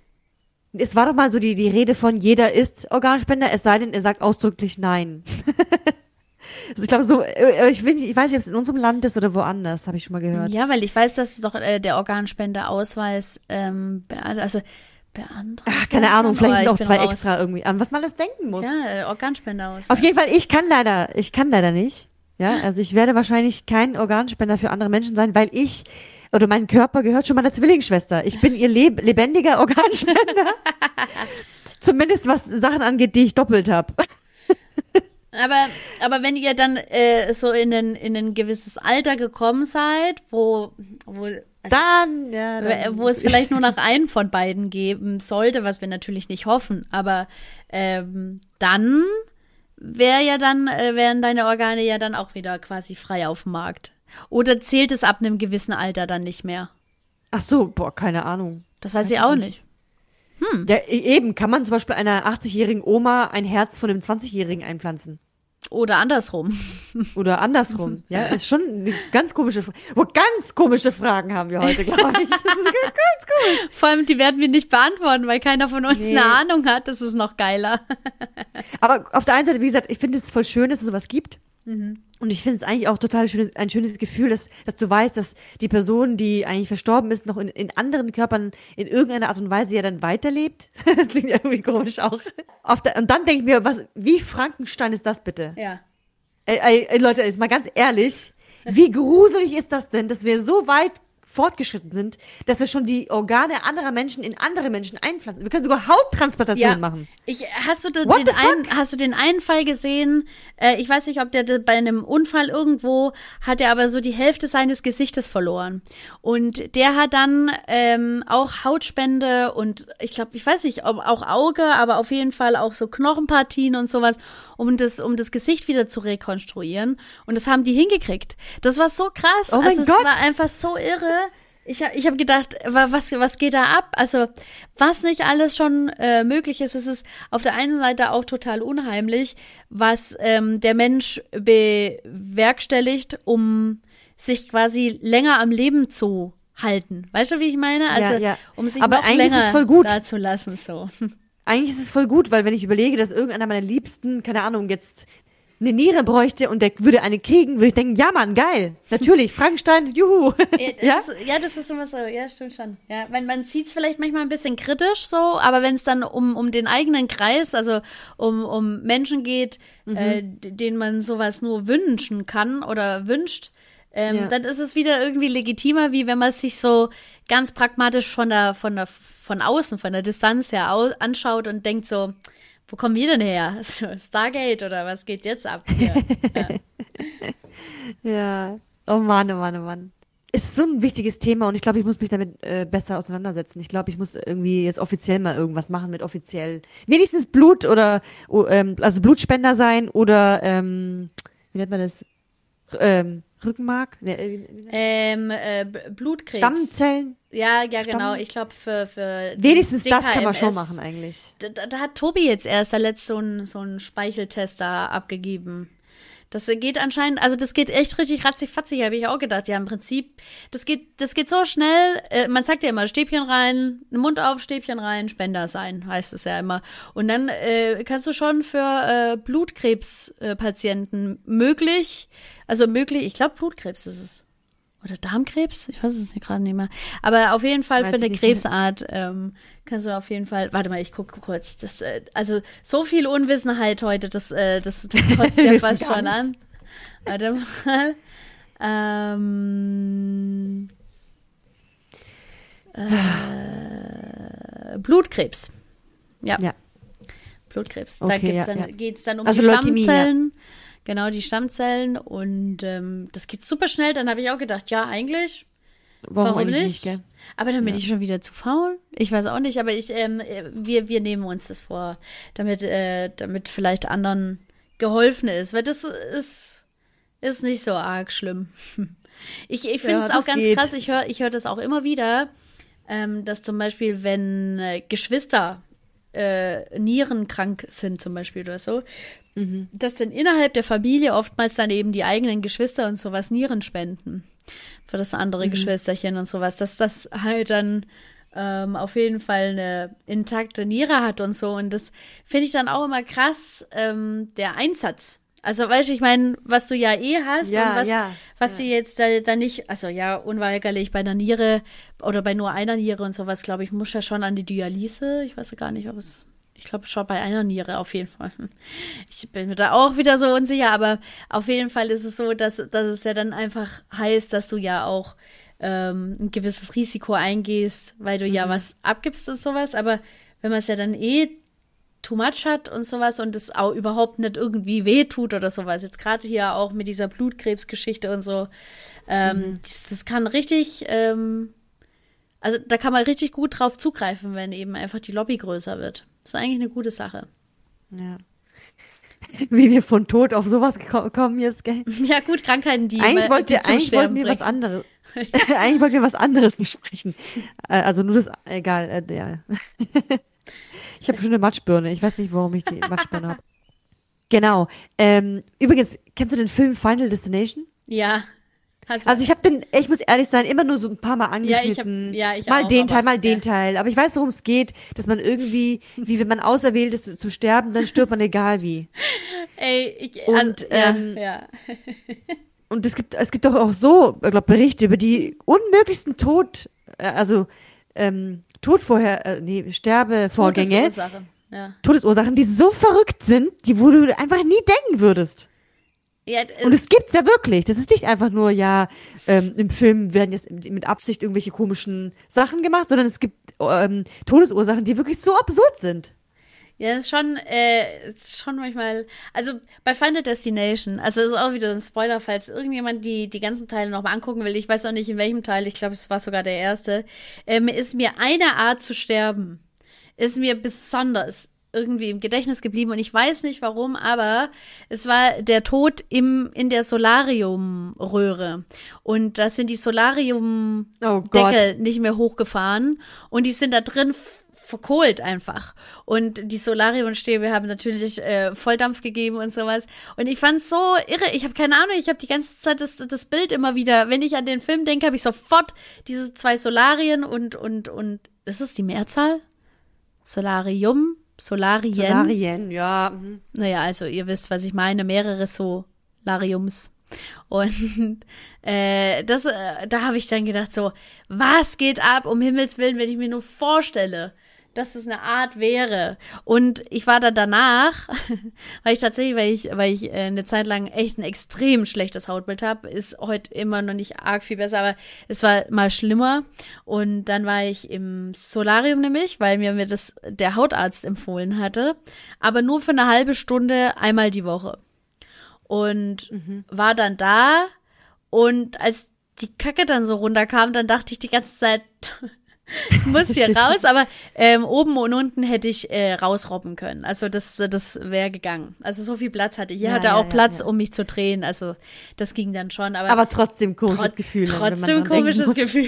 es war doch mal so die, die Rede von jeder ist Organspender, es sei denn, er sagt ausdrücklich nein. Also ich glaube so, äh, ich, will nicht, ich weiß nicht, ob es in unserem Land ist oder woanders, habe ich schon mal gehört. Ja, weil ich weiß, dass es doch äh, der Organspendeausweis, ähm, also Beantragt. Ach, keine Ahnung, vielleicht Oh, sind ich auch bin zwei raus. extra irgendwie, an was man das denken muss. Ja, äh, Organspender aus. Auf jeden Fall, ich kann leider, ich kann leider nicht. Ja, also ich werde wahrscheinlich kein Organspender für andere Menschen sein, weil ich, oder mein Körper gehört schon meiner Zwillingsschwester. Ich bin ihr leb lebendiger Organspender. Zumindest was Sachen angeht, die ich doppelt habe. Aber, aber wenn ihr dann äh, so in ein, in ein gewisses Alter gekommen seid, wo, wo, also, Dann, ja. Dann, wo es vielleicht nur noch einen von beiden geben sollte, was wir natürlich nicht hoffen, aber ähm, dann wäre ja dann, äh, wären deine Organe ja dann auch wieder quasi frei auf dem Markt. Oder zählt es ab einem gewissen Alter dann nicht mehr? Ach so, boah, keine Ahnung. Das weiß, Weiß ich ich auch nicht. nicht. Hm. Ja, e- eben, kann man zum Beispiel einer achtzigjährigen Oma ein Herz von einem zwanzigjährigen einpflanzen? Oder andersrum. Oder andersrum, ja, ist schon eine ganz komische, Fra- oh, ganz komische Fragen haben wir heute, glaube ich. Das ist ganz komisch. Vor allem, die werden wir nicht beantworten, weil keiner von uns Nee. eine Ahnung hat. Das ist noch geiler. Aber auf der einen Seite, wie gesagt, ich finde es voll schön, dass es sowas gibt. Mhm. Und ich finde es eigentlich auch total schönes, ein schönes Gefühl, dass, dass du weißt, dass die Person, die eigentlich verstorben ist, noch in, in anderen Körpern in irgendeiner Art und Weise ja dann weiterlebt. Das klingt irgendwie komisch auch. Auf der, und dann denke ich mir, was, wie Frankenstein ist das bitte? Ja. Ey, ey, ey, Leute, jetzt mal ganz ehrlich, wie gruselig ist das denn, dass wir so weit fortgeschritten sind, dass wir schon die Organe anderer Menschen in andere Menschen einpflanzen. Wir können sogar Hauttransplantationen machen. Ich, hast, du den, What den the fuck? einen, hast du den einen Fall gesehen? Äh, ich weiß nicht, ob der de- bei einem Unfall irgendwo hat er aber so die Hälfte seines Gesichtes verloren. Und der hat dann ähm, auch Hautspende und ich glaube, ich weiß nicht, ob auch Auge, aber auf jeden Fall auch so Knochenpartien und sowas, um das, um das Gesicht wieder zu rekonstruieren. Und das haben die hingekriegt. Das war so krass. Oh mein also es Gott. war einfach so irre. Ich habe ich hab gedacht, wa- was, was geht da ab? Also, was nicht alles schon äh, möglich ist, es ist auf der einen Seite auch total unheimlich, was ähm, der Mensch bewerkstelligt, um sich quasi länger am Leben zu halten. Weißt du, wie ich meine? Also, Ja, ja. um sich Aber noch eigentlich ist länger es voll gut. da zu lassen, so. Eigentlich ist es voll gut, weil wenn ich überlege, dass irgendeiner meiner Liebsten, keine Ahnung, jetzt eine Niere bräuchte und der würde eine kriegen, würde ich denken, ja Mann, geil, natürlich, Frankenstein, juhu. Ja, das, Ja? Ist, ja, das ist immer so, ja, stimmt schon. Ja, man man sieht es vielleicht manchmal ein bisschen kritisch so, aber wenn es dann um, um den eigenen Kreis, also um, um Menschen geht, Mhm. äh, d- denen man sowas nur wünschen kann oder wünscht, ähm, Ja. dann ist es wieder irgendwie legitimer, wie wenn man es sich so ganz pragmatisch von der, von der, von außen, von der Distanz her au anschaut und denkt so, wo kommen wir denn her? So, Stargate oder was geht jetzt ab hier? Ja. Ja, oh Mann, oh Mann, oh Mann. Ist so ein wichtiges Thema und ich glaube, ich muss mich damit äh, besser auseinandersetzen. Ich glaube, ich muss irgendwie jetzt offiziell mal irgendwas machen mit offiziell. Wenigstens Blut oder, oh, ähm, also Blutspender sein oder, ähm, wie nennt man das? Ähm, Rückenmark? Ne, äh, wie- wie- Ähm, äh, B- Blutkrebs. Stammzellen? Ja, ja, Stamm- genau. Ich glaube, für, für Wenigstens D das K kann man M S, schon machen eigentlich. Da, da, da hat Tobi jetzt erst der letzte so einen so einen Speicheltest da abgegeben. Das geht anscheinend, also das geht echt richtig ratzig-fatzig, habe ich auch gedacht. Ja, im Prinzip, das geht, das geht so schnell. Äh, man sagt ja immer, Stäbchen rein, Mund auf, Stäbchen rein, Spender sein, heißt es ja immer. Und dann äh, kannst du schon für äh, Blutkrebspatienten äh, Patienten möglich, also möglich, ich glaube Blutkrebs ist es. Oder Darmkrebs? Ich weiß es nicht gerade nicht mehr. Aber auf jeden Fall Weiß für ich eine nicht. Krebsart ähm, kannst du auf jeden Fall. Warte mal, ich gucke kurz. Das, äh, also so viel Unwissenheit heute, das, äh, das, das kotzt Wir ja wissen fast gar schon nichts. an. Warte mal. Ähm, äh, Blutkrebs. Ja. Ja. Blutkrebs. Da Okay, gibt's ja, dann, ja. geht's dann um Also die Leukämie, Stammzellen. Genau, die Stammzellen. Und ähm, das geht super schnell. Dann habe ich auch gedacht, ja, eigentlich, Warum, warum eigentlich nicht? gell? Aber dann bin ich schon wieder zu faul. Ich weiß auch nicht, aber ich, ähm, äh, wir, wir nehmen uns das vor, damit, äh, damit vielleicht anderen geholfen ist. Weil das ist, ist nicht so arg schlimm. Ich, ich finde Ja, es auch das ganz geht. krass, ich höre ich hör das auch immer wieder, ähm, dass zum Beispiel, wenn äh, Geschwister äh, nierenkrank sind zum Beispiel oder so, Mhm. dass dann innerhalb der Familie oftmals dann eben die eigenen Geschwister und sowas Nieren spenden für das andere Mhm. Geschwisterchen und sowas, dass das halt dann ähm, auf jeden Fall eine intakte Niere hat und so. Und das finde ich dann auch immer krass, ähm, der Einsatz. Also weißt du, ich meine, was du ja eh hast Ja, und was, ja. was ja. sie jetzt da, da nicht, also ja, unweigerlich bei einer Niere oder bei nur einer Niere und sowas, glaube ich, muss ja schon an die Dialyse. Ich weiß ja gar nicht, ob es, ich glaube schon bei einer Niere auf jeden Fall. Ich bin mir da auch wieder so unsicher, aber auf jeden Fall ist es so, dass, dass es ja dann einfach heißt, dass du ja auch ähm, ein gewisses Risiko eingehst, weil du mhm. ja was abgibst und sowas, aber wenn man es ja dann eh too much hat und sowas und es auch überhaupt nicht irgendwie wehtut oder sowas. Jetzt gerade hier auch mit dieser Blutkrebsgeschichte und so. Ähm, mhm. das, das kann richtig, ähm, also da kann man richtig gut drauf zugreifen, wenn eben einfach die Lobby größer wird. Das ist eigentlich eine gute Sache. Ja. Wie wir von Tod auf sowas kommen jetzt, gell? Ja gut, Krankheiten, die Eigentlich wollt ihr, eigentlich wollten wir was anderes. Eigentlich wollten wir was anderes besprechen. Also nur das, egal, äh, ja. Ich habe schon eine Matschbirne. Ich weiß nicht, warum ich die Matschbirne habe. Genau. Ähm, übrigens, kennst du den Film Final Destination? Ja. Also ich habe den, ich muss ehrlich sein, immer nur so ein paar Mal angeschnitten. Ja, ich hab, ja, ich mal auch, den aber, Teil, mal den ja. Teil. Aber ich weiß, worum es geht, dass man irgendwie, wie wenn man auserwählt ist zum Sterben, dann stirbt man egal wie. Ey, ich, und, also, ähm, ja, ja. Und es gibt, es gibt doch auch so, ich glaube, Berichte über die unmöglichsten Tod, äh, also ähm, Todvorher, äh, nee, Sterbevorgänge. Todesursachen, ja. Todesursachen, die so verrückt sind, die wo du einfach nie denken würdest. Ja, und es gibt's ja wirklich. Das ist nicht einfach nur, ja, ähm, im Film werden jetzt mit Absicht irgendwelche komischen Sachen gemacht, sondern es gibt ähm, Todesursachen, die wirklich so absurd sind. Ja, das ist schon, äh, ist schon manchmal, also bei Final Destination, also das ist auch wieder ein Spoiler, falls irgendjemand die, die ganzen Teile nochmal angucken will, ich weiß auch nicht in welchem Teil, ich glaube, es war sogar der erste, ähm, ist mir eine Art zu sterben, ist mir besonders irgendwie im Gedächtnis geblieben und ich weiß nicht warum, aber es war der Tod im, in der Solariumröhre und da sind die Solariumdeckel oh nicht mehr hochgefahren und die sind da drin f- verkohlt einfach. Und die Solariumstäbe haben natürlich äh, Volldampf gegeben und sowas. Und ich fand's so irre. Ich habe keine Ahnung, ich habe die ganze Zeit das, das Bild immer wieder, wenn ich an den Film denke, habe ich sofort diese zwei Solarien und, und, und, ist das die Mehrzahl? Solarium? Solarien? Solarien, ja. Mhm. Naja, also ihr wisst, was ich meine. Mehrere Solariums. Und äh, das, äh, da habe ich dann gedacht so, was geht ab, um Himmels Willen, wenn ich mir nur vorstelle, dass es eine Art wäre. Und ich war da danach, weil ich tatsächlich, weil ich, weil ich äh, eine Zeit lang echt ein extrem schlechtes Hautbild habe, ist heute immer noch nicht arg viel besser, aber es war mal schlimmer. Und dann war ich im Solarium nämlich, weil mir, mir das der Hautarzt empfohlen hatte, aber nur für eine halbe Stunde einmal die Woche. Und mhm. war dann da und als die Kacke dann so runterkam, dann dachte ich die ganze Zeit, ich muss hier raus, aber ähm, oben und unten hätte ich äh, rausrobben können. Also das, das wäre gegangen. Also so viel Platz hatte ich. Hier ja, hatte ja, auch ja, Platz, ja. um mich zu drehen. Also das ging dann schon. Aber, aber trotzdem komisches tro- Gefühl. Trotzdem komisches Gefühl.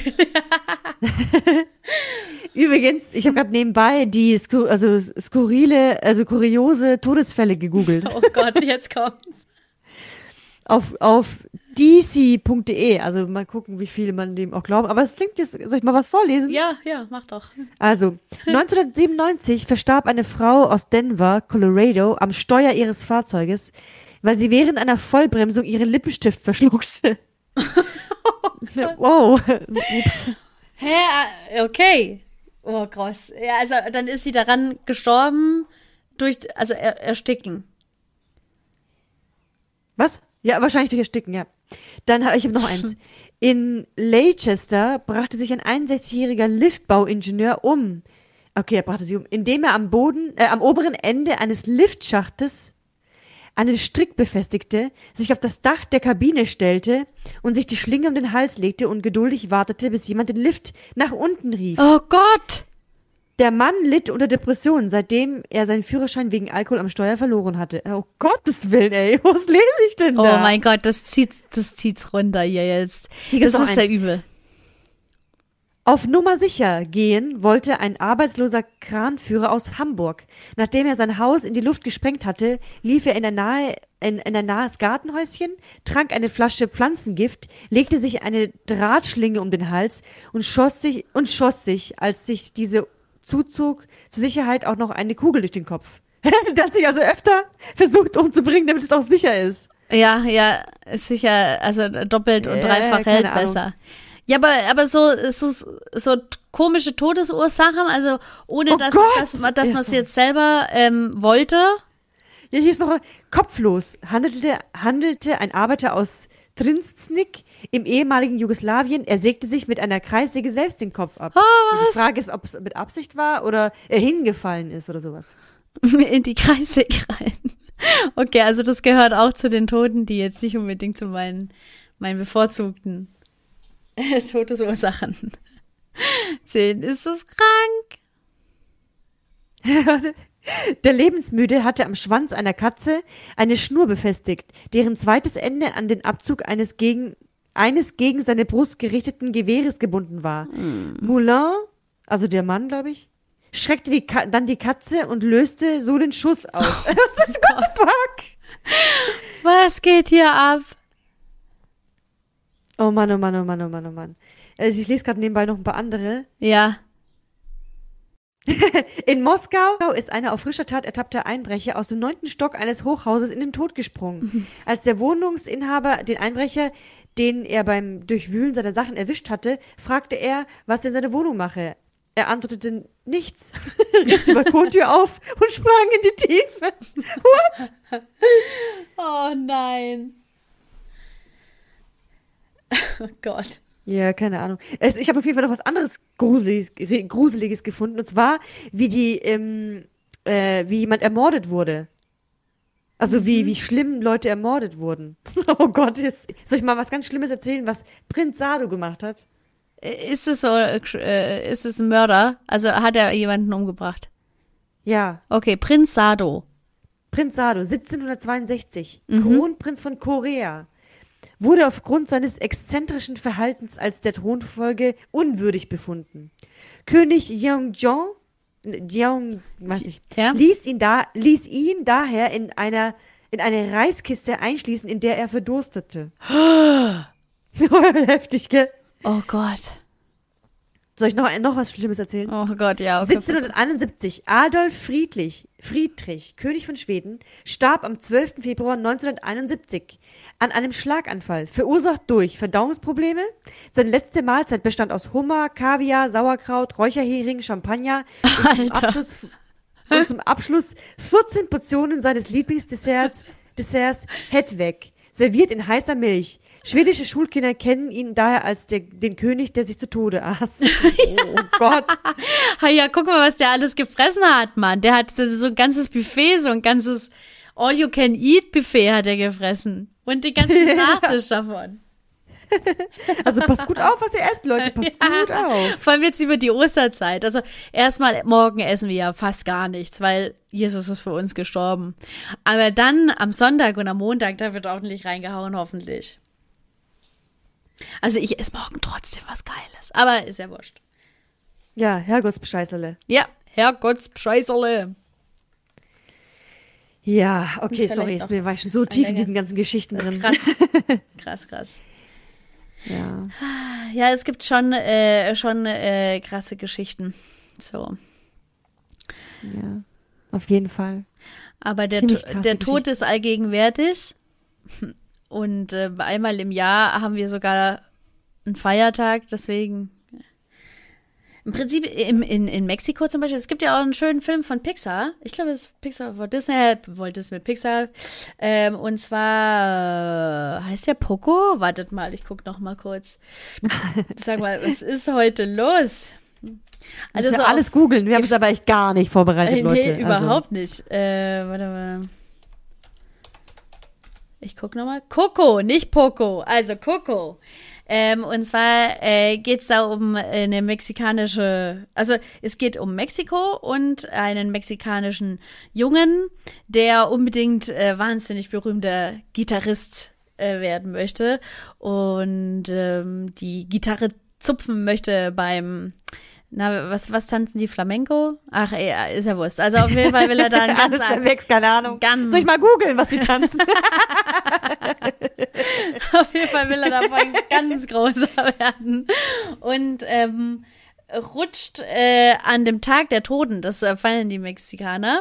Übrigens, ich habe gerade nebenbei die skur- also skurrile, also kuriose Todesfälle gegoogelt. Oh Gott, jetzt kommt's. Auf, auf d c punkt d e, also mal gucken, wie viele man dem auch glauben. Aber es klingt jetzt, soll ich mal was vorlesen? Ja, ja, mach doch. Also, neunzehnhundertsiebenundneunzig verstarb eine Frau aus Denver, Colorado, am Steuer ihres Fahrzeuges, weil sie während einer Vollbremsung ihren Lippenstift verschluckte. Wow. Ups. Hä? Okay. Oh, krass. Ja, also dann ist sie daran gestorben durch, also er, ersticken. Was? Ja, wahrscheinlich durch Ersticken, ja. Dann habe ich hab noch eins. In Leicester brachte sich ein einundsechzigjähriger Liftbauingenieur um. Okay, er brachte sie um, indem er am Boden, äh, am oberen Ende eines Liftschachtes einen Strick befestigte, sich auf das Dach der Kabine stellte und sich die Schlinge um den Hals legte und geduldig wartete, bis jemand den Lift nach unten rief. Oh Gott! Der Mann litt unter Depressionen, seitdem er seinen Führerschein wegen Alkohol am Steuer verloren hatte. Oh Gottes Willen, ey, was lese ich denn da? Oh mein Gott, das zieht, das zieht's runter hier jetzt. Hier das gibt's ist noch ja eins. übel. Auf Nummer sicher gehen wollte ein arbeitsloser Kranführer aus Hamburg. Nachdem er sein Haus in die Luft gesprengt hatte, lief er in ein, nahe, in, in ein nahes Gartenhäuschen, trank eine Flasche Pflanzengift, legte sich eine Drahtschlinge um den Hals und schoss sich, und schoss sich, als sich diese zuzog, zur Sicherheit auch noch eine Kugel durch den Kopf. Der hat sich also öfter versucht umzubringen, damit es auch sicher ist. Ja, ja, ist sicher, also doppelt und Äh, dreifach keine hält Ahnung. besser. Ja, aber, aber so, so, so komische Todesursachen, also ohne Oh dass, Gott! dass, man- dass Ja, man es sorry. jetzt selber ähm, wollte. Ja, hier ist noch kopflos. Handelte, handelte ein Arbeiter aus Trinsnik im ehemaligen Jugoslawien. Er sägte sich mit einer Kreissäge selbst den Kopf ab. Oh, Die Frage ist, ob es mit Absicht war oder er hingefallen ist oder sowas. In die Kreissäge rein. Okay, also das gehört auch zu den Toten, die jetzt nicht unbedingt zu meinen, meinen bevorzugten äh, Todesursachen zählen. Ist das krank? Der Lebensmüde hatte am Schwanz einer Katze eine Schnur befestigt, deren zweites Ende an den Abzug eines gegen, eines gegen seine Brust gerichteten Gewehres gebunden war. Moulin, also der Mann, glaube ich, schreckte die Ka- dann die Katze und löste so den Schuss aus. Was ist what the fuck? Was geht hier ab? Oh Mann, oh Mann, oh Mann, oh Mann, oh Mann. Also ich lese gerade nebenbei noch ein paar andere. Ja. In Moskau ist eine auf frischer Tat ertappte Einbrecher aus dem neunten Stock eines Hochhauses in den Tod gesprungen. Als der Wohnungsinhaber den Einbrecher, den er beim Durchwühlen seiner Sachen erwischt hatte, fragte er, was er in seiner Wohnung mache. Er antwortete nichts, riss die Balkontür auf und sprang in die Tiefe. What? Oh nein. Oh Gott. Ja, keine Ahnung. Es, ich habe auf jeden Fall noch was anderes Gruseliges, Gruseliges gefunden. Und zwar, wie die, ähm, äh, wie jemand ermordet wurde. Also wie, wie schlimm Leute ermordet wurden. Oh Gott, jetzt, soll ich mal was ganz Schlimmes erzählen, was Prinz Sado gemacht hat? Ist es so, äh, ist es ein Mörder? Also hat er jemanden umgebracht? Ja, Okay, Prinz Sado. Prinz Sado, siebzehnhundertzweiundsechzig, Kronprinz von Korea, wurde aufgrund seines exzentrischen Verhaltens als der Thronfolge unwürdig befunden. König Yeongjong, Yeong, weiß ich, Ja? ließ ihn da, ließ ihn daher in einer, in eine Reiskiste einschließen, in der er verdurstete. Heftig, gell? Oh Gott. Soll ich noch, noch was Schlimmes erzählen? Oh Gott, ja. Okay. siebzehnhunderteinundsiebzig, Adolf Friedrich, Friedrich, König von Schweden, starb am zwölften Februar neunzehnhunderteinundsiebzig an einem Schlaganfall, verursacht durch Verdauungsprobleme. Seine letzte Mahlzeit bestand aus Hummer, Kaviar, Sauerkraut, Räucherhering, Champagner und zum Abschluss, und zum Abschluss vierzehn Portionen seines Lieblingsdesserts, Desserts Hedwig, serviert in heißer Milch. Schwedische Schulkinder kennen ihn daher als der, den König, der sich zu Tode aß. Oh Gott. Ha, ja, guck mal, was der alles gefressen hat, Mann. Der hat so so ein ganzes Buffet, so ein ganzes All-You-Can-Eat-Buffet hat er gefressen. Und den ganzen Nachtisch davon. Also passt gut auf, was ihr esst, Leute. Passt gut auf. Vor allem jetzt über die Osterzeit. Also erstmal morgen essen wir ja fast gar nichts, weil Jesus ist für uns gestorben. Aber dann am Sonntag und am Montag, da wird ordentlich reingehauen, hoffentlich. Also ich esse morgen trotzdem was Geiles. Aber ist ja wurscht. Ja, Herrgottsbescheißerle. Ja, Herrgottsbescheißerle. Ja, okay, Vielleicht sorry, jetzt noch bin- war ich schon so tief in länger. diesen ganzen Geschichten drin. Krass, krass, krass. Ja. Ja, es gibt schon, äh, schon äh, krasse Geschichten. So. Ja, auf jeden Fall. Aber der, Ziemlich To- krasse der Tod Geschichte. ist allgegenwärtig. Und äh, einmal im Jahr haben wir sogar einen Feiertag, deswegen. Im Prinzip im, in, in Mexiko zum Beispiel, es gibt ja auch einen schönen Film von Pixar. Ich glaube, es ist Pixar, Walt Disney, Walt Disney Pixar. Ähm, und zwar äh, heißt der Poco? Wartet mal, ich gucke noch mal kurz. Sag mal, was ist heute los? Also so alles auf- googeln, wir haben es aber echt gar nicht vorbereitet, Äh, Leute. nee, Also, überhaupt nicht. Äh, warte mal. Ich guck nochmal. Coco, nicht Poco. Also Coco. Ähm, und zwar äh, geht es da um eine mexikanische, also es geht um Mexiko und einen mexikanischen Jungen, der unbedingt äh, wahnsinnig berühmter Gitarrist äh, werden möchte und ähm, die Gitarre zupfen möchte beim Na, was, was tanzen die? Flamenco? Ach, ey, ist ja Wurst. Also auf jeden Fall will er da ein ganz, alles verwechselt, keine Ahnung. ganz Soll ich mal googeln, was sie tanzen? auf jeden Fall will er davon ganz großer werden. Und, ähm, rutscht äh, an dem Tag der Toten, das äh, feiern die Mexikaner,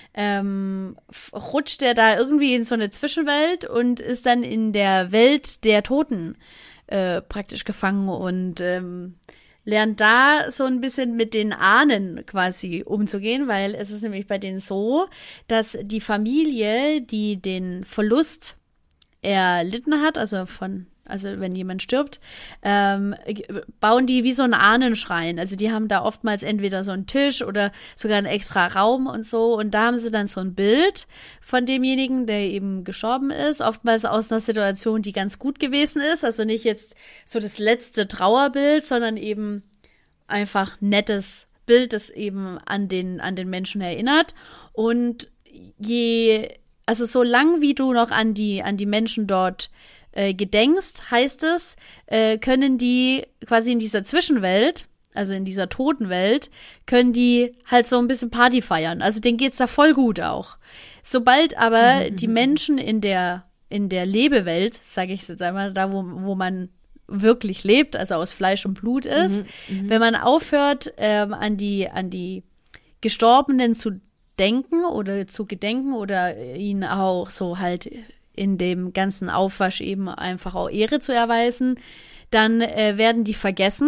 ähm, rutscht er da irgendwie in so eine Zwischenwelt und ist dann in der Welt der Toten äh, praktisch gefangen und ähm, lernt da so ein bisschen mit den Ahnen quasi umzugehen, weil es ist nämlich bei denen so, dass die Familie, die den Verlust erlitten hat, also von Also wenn jemand stirbt, ähm, bauen die wie so einen Ahnenschrein. Also die haben da oftmals entweder so einen Tisch oder sogar einen extra Raum und so. Und da haben sie dann so ein Bild von demjenigen, der eben gestorben ist. Oftmals aus einer Situation, die ganz gut gewesen ist. Also nicht jetzt so das letzte Trauerbild, sondern eben einfach nettes Bild, das eben an den, an den Menschen erinnert. Und je, also so lang wie du noch an die, an die Menschen dort Äh, gedenkst, heißt es, äh, können die quasi in dieser Zwischenwelt, also in dieser Totenwelt, können die halt so ein bisschen Party feiern. Also denen geht's da voll gut auch. Sobald aber mhm. die Menschen in der in der Lebewelt, sage ich jetzt einmal, da wo, wo man wirklich lebt, also aus Fleisch und Blut ist, mhm. wenn man aufhört, ähm, an die an die Gestorbenen zu denken oder zu gedenken oder ihnen auch so halt in dem ganzen Aufwasch eben einfach auch Ehre zu erweisen, dann äh, werden die vergessen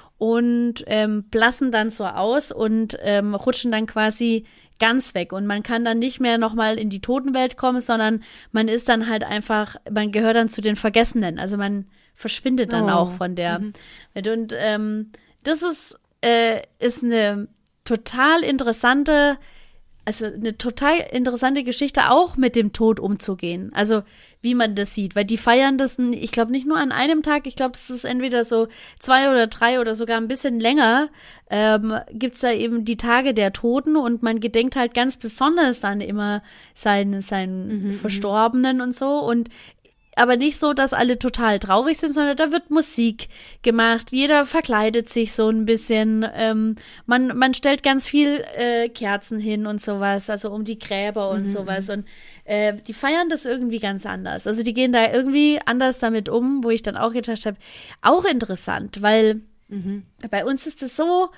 und ähm, blassen dann so aus und ähm, rutschen dann quasi ganz weg. Und man kann dann nicht mehr nochmal in die Totenwelt kommen, sondern man ist dann halt einfach, man gehört dann zu den Vergessenen. Also man verschwindet dann oh. auch von der mhm. Welt. Und ähm, das ist, äh, ist eine total interessante Also eine total interessante Geschichte, auch mit dem Tod umzugehen. Also wie man das sieht. Weil die feiern das, ich glaube, nicht nur an einem Tag. Ich glaube, das ist entweder so zwei oder drei oder sogar ein bisschen länger. Ähm, gibt es da eben die Tage der Toten und man gedenkt halt ganz besonders dann immer seinen, seinen mhm, Verstorbenen und so. Und aber nicht so, dass alle total traurig sind, sondern da wird Musik gemacht. Jeder verkleidet sich so ein bisschen. Ähm, man, man stellt ganz viel äh, Kerzen hin und sowas, also um die Gräber und mhm. sowas. Und äh, die feiern das irgendwie ganz anders. Also die gehen da irgendwie anders damit um, wo ich dann auch gedacht habe, auch interessant, weil mhm. bei uns ist es so,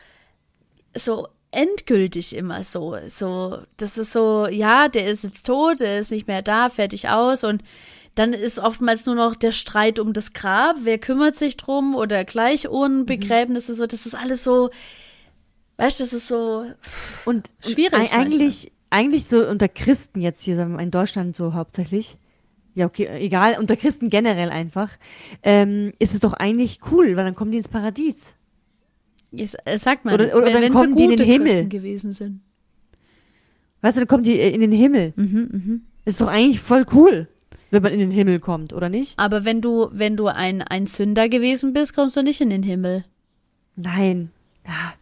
so endgültig immer so. So, das ist so, ja, der ist jetzt tot, der ist nicht mehr da, fertig aus und dann ist oftmals nur noch der Streit um das Grab, wer kümmert sich drum oder Gleichurnenbegräbnisse, mhm. so, das ist alles so, weißt du, das ist so und schwierig. Und eigentlich, eigentlich so unter Christen jetzt hier, sagen wir mal, in Deutschland so hauptsächlich, ja okay, egal, unter Christen generell einfach, ähm, ist es doch eigentlich cool, weil dann kommen die ins Paradies. Es, es sagt man, oder, oder wenn, dann wenn kommen so die in gute den Himmel Christen gewesen sind. Weißt du, dann kommen die in den Himmel. Mhm, mh. Ist doch eigentlich voll cool, wenn man in den Himmel kommt, oder nicht? Aber wenn du, wenn du ein, ein Sünder gewesen bist, kommst du nicht in den Himmel. Nein. Ja.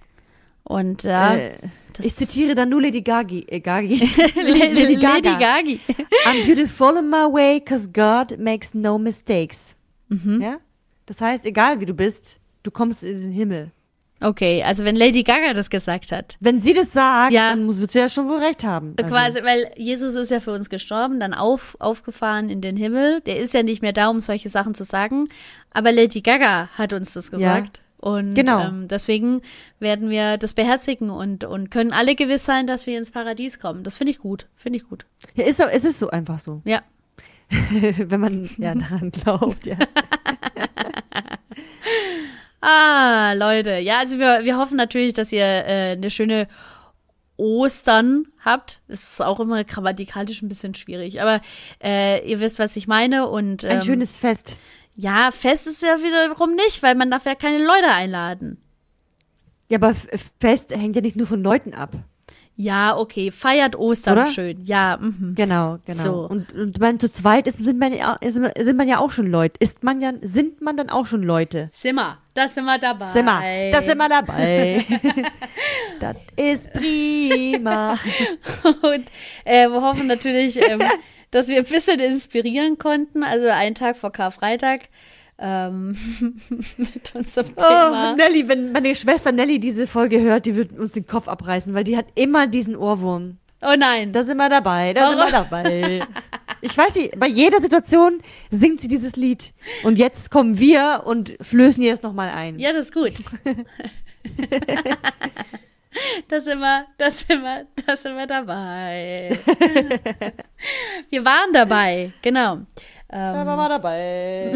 Und ja. Äh, ich zitiere dann nur Lady Gagi. Äh, Gagi. Lady, Lady Gaga. Lady Gagi. I'm beautiful in my way, cause God makes no mistakes. Mhm. Ja? Das heißt, egal wie du bist, du kommst in den Himmel. Okay, also wenn Lady Gaga das gesagt hat. Wenn sie das sagt, ja, dann muss, wird sie ja schon wohl recht haben. Also. Quasi, weil Jesus ist ja für uns gestorben, dann auf, aufgefahren in den Himmel. Der ist ja nicht mehr da, um solche Sachen zu sagen. Aber Lady Gaga hat uns das gesagt. Ja, und genau. ähm, deswegen werden wir das beherzigen und, und können alle gewiss sein, dass wir ins Paradies kommen. Das finde ich gut. Finde ich gut. Ja, ist, es ist so einfach so. Ja. Wenn man ja daran glaubt, ja. Ah, Leute. Ja, also wir, wir hoffen natürlich, dass ihr äh, eine schöne Ostern habt. Das ist auch immer grammatikalisch ein bisschen schwierig. Aber äh, ihr wisst, was ich meine. Und, ähm, ein schönes Fest. Ja, Fest ist ja wiederum nicht, weil man darf ja keine Leute einladen. Ja, aber Fest hängt ja nicht nur von Leuten ab. Ja, okay, feiert Ostern Oder? schön. Ja, mhm. Genau, genau. So. Und, und man zu zweit ist, sind, man ja, ist, sind man ja auch schon Leute. Ist man ja, sind man dann auch schon Leute? Sind wir, da sind wir dabei. Sind wir, da sind wir dabei. Das ist prima. Und äh, wir hoffen natürlich, ähm, dass wir ein bisschen inspirieren konnten. Also einen Tag vor Karfreitag. Ähm, mit unserem Thema. Oh, Nelly, wenn meine Schwester Nelly diese Folge hört, die wird uns den Kopf abreißen, weil die hat immer diesen Ohrwurm. Oh nein. Da sind wir dabei, da oh. sind wir dabei. Ich weiß nicht, bei jeder Situation singt sie dieses Lied. Und jetzt kommen wir und flößen ihr es nochmal ein. Ja, das ist gut. Da sind wir, da sind wir, da sind wir dabei. Wir waren dabei, genau. Da Ähm, waren wir dabei.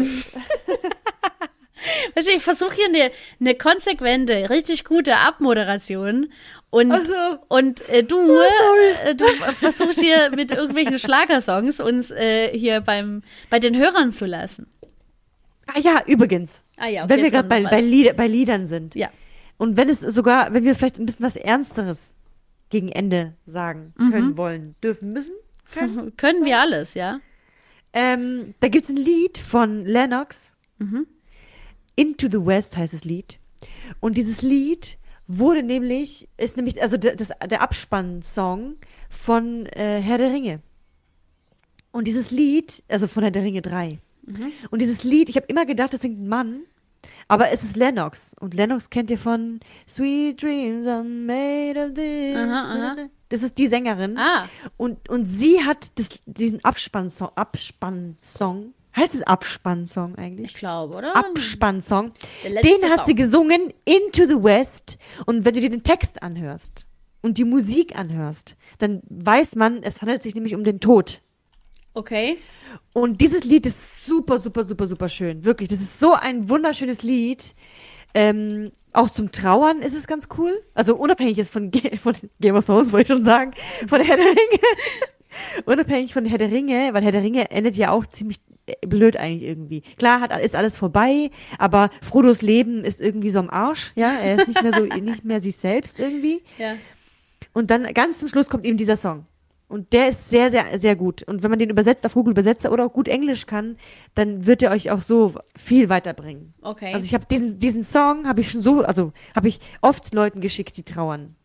weißt du, ich versuche hier eine, eine konsequente, richtig gute Abmoderation und, Ach so. und äh, du, Oh, äh, du versuchst hier mit irgendwelchen Schlagersongs uns äh, hier beim, bei den Hörern zu lassen. Ah ja, übrigens. Ah ja, okay, wenn wir es gerade kommt bei, noch bei, was. Lied, bei Liedern sind. Ja. Und wenn es sogar, wenn wir vielleicht ein bisschen was Ernsteres gegen Ende sagen Mhm. können, wollen, dürfen, müssen. Können wir alles, ja? Ähm, da gibt es ein Lied von Lennox. Mhm. Into the West heißt das Lied. Und dieses Lied wurde nämlich, ist nämlich, also der, das, der Abspann-Song von äh, Herr der Ringe. Und dieses Lied, also von Herr der Ringe drei. Mhm. Und dieses Lied, ich habe immer gedacht, das singt ein Mann, aber es ist Lennox. Und Lennox kennt ihr von Sweet Dreams are made of this. Aha, aha. Das ist die Sängerin. Ah, Und, und sie hat das, diesen Abspann-Song, Abspann-Song, heißt es Abspann-Song eigentlich? ich glaube, oder? Abspann-Song. Der letzte Den hat Song. sie gesungen, Into the West. Und wenn du dir den Text anhörst und die Musik anhörst, dann weiß man, es handelt sich nämlich um den Tod. Okay. Und dieses Lied ist super, super, super, super schön. Wirklich, das ist so ein wunderschönes Lied. Ähm, auch zum Trauern ist es ganz cool. Also unabhängig jetzt von, Ge von Game of Thrones, wollte ich schon sagen, von Herr der Ringe. Unabhängig von Herr der Ringe, weil Herr der Ringe endet ja auch ziemlich blöd eigentlich irgendwie. Klar hat, ist alles vorbei, aber Frodos Leben ist irgendwie so am Arsch. Ja, er ist nicht mehr so, nicht mehr sich selbst irgendwie. Ja. Und dann ganz zum Schluss kommt eben dieser Song. Und der ist sehr, sehr, sehr gut. Und wenn man den übersetzt auf Google Übersetzer oder auch gut Englisch kann, dann wird er euch auch so viel weiterbringen. Okay. Also ich habe diesen, diesen Song habe ich schon so, also habe ich oft Leuten geschickt, die trauern.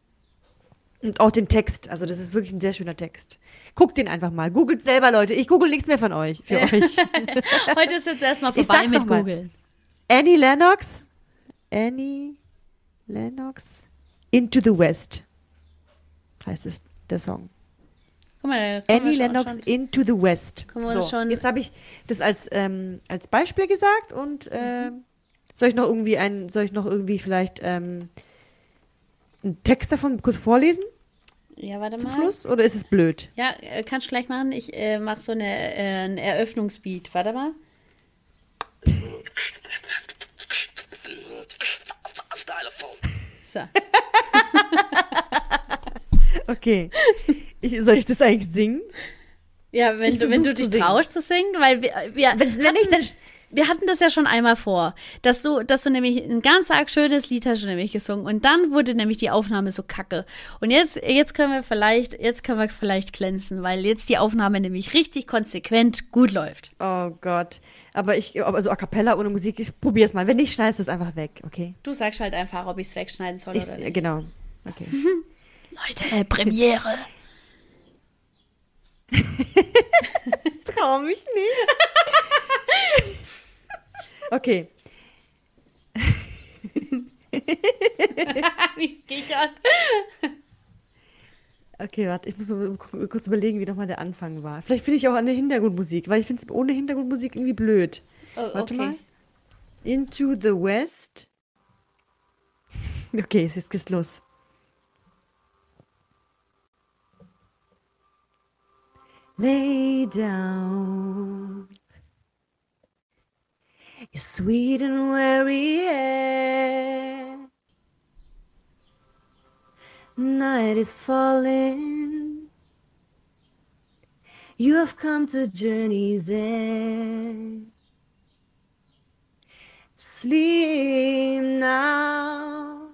Und auch den Text. Also das ist wirklich ein sehr schöner Text. Guckt den einfach mal. Googelt selber, Leute. Ich google nichts mehr von euch, für euch. Heute ist jetzt erstmal Ich vorbei sag's mit noch mal. Google. Annie Lennox. Annie Lennox. Into the West. Heißt es, der Song. Guck mal, da kommen Annie wir schon- Lennox schon- Into the West. Können wir So, uns schon- jetzt habe ich das als, ähm, als Beispiel gesagt und äh, soll ich noch irgendwie einen, soll ich noch irgendwie vielleicht ähm, einen Text davon kurz vorlesen Ja, warte zum mal. Schluss? Oder ist es blöd? Ja, äh, kannst du gleich machen. Ich äh, mache so eine, äh, ein Eröffnungsbeat. Warte mal. So. Okay. Ich, soll ich das eigentlich singen? Ja, wenn Ich du, wenn du versuch's zu dich singen. traust zu singen, weil wir, wir, Wenn's- wenn ich, dann- wir hatten das ja schon einmal vor, dass du, dass du nämlich ein ganz arg schönes Lied hast du nämlich gesungen und dann wurde nämlich die Aufnahme so kacke. Und jetzt, jetzt können wir vielleicht, jetzt können wir vielleicht glänzen, weil jetzt die Aufnahme nämlich richtig konsequent gut läuft. Oh Gott. Aber ich, also A Cappella ohne Musik, ich probier's mal. Wenn nicht, schneidest du es einfach weg, okay? Du sagst halt einfach, ob ich es wegschneiden soll Ich, oder äh, nicht. genau. Okay. Leute, Premiere. Trau mich nicht. Okay. Wie es kichert. Okay, warte, ich muss nur gu- kurz überlegen, wie nochmal der Anfang war. Vielleicht finde ich auch eine Hintergrundmusik, weil ich finde es ohne Hintergrundmusik irgendwie blöd. Oh, Warte okay. mal. Into the West. Okay, es ist geht's los. Lay down your sweet and weary head. Night is falling. You have come to journey's end. Sleep now.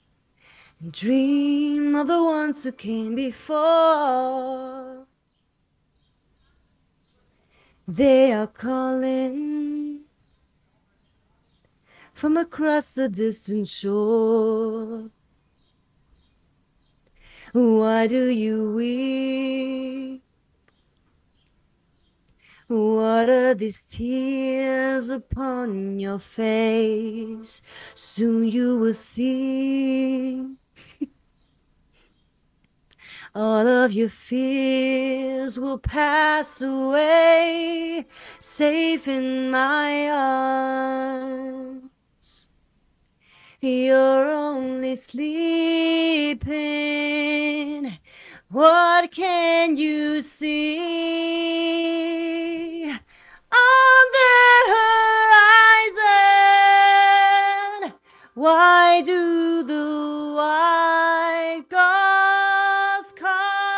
Dream of the ones who came before. They are calling from across the distant shore. Why do you weep? What are these tears upon your face? Soon you will see all of your fears will pass away, safe in my arms. You're only sleeping. What can you see on the horizon? Why do the white gulls call?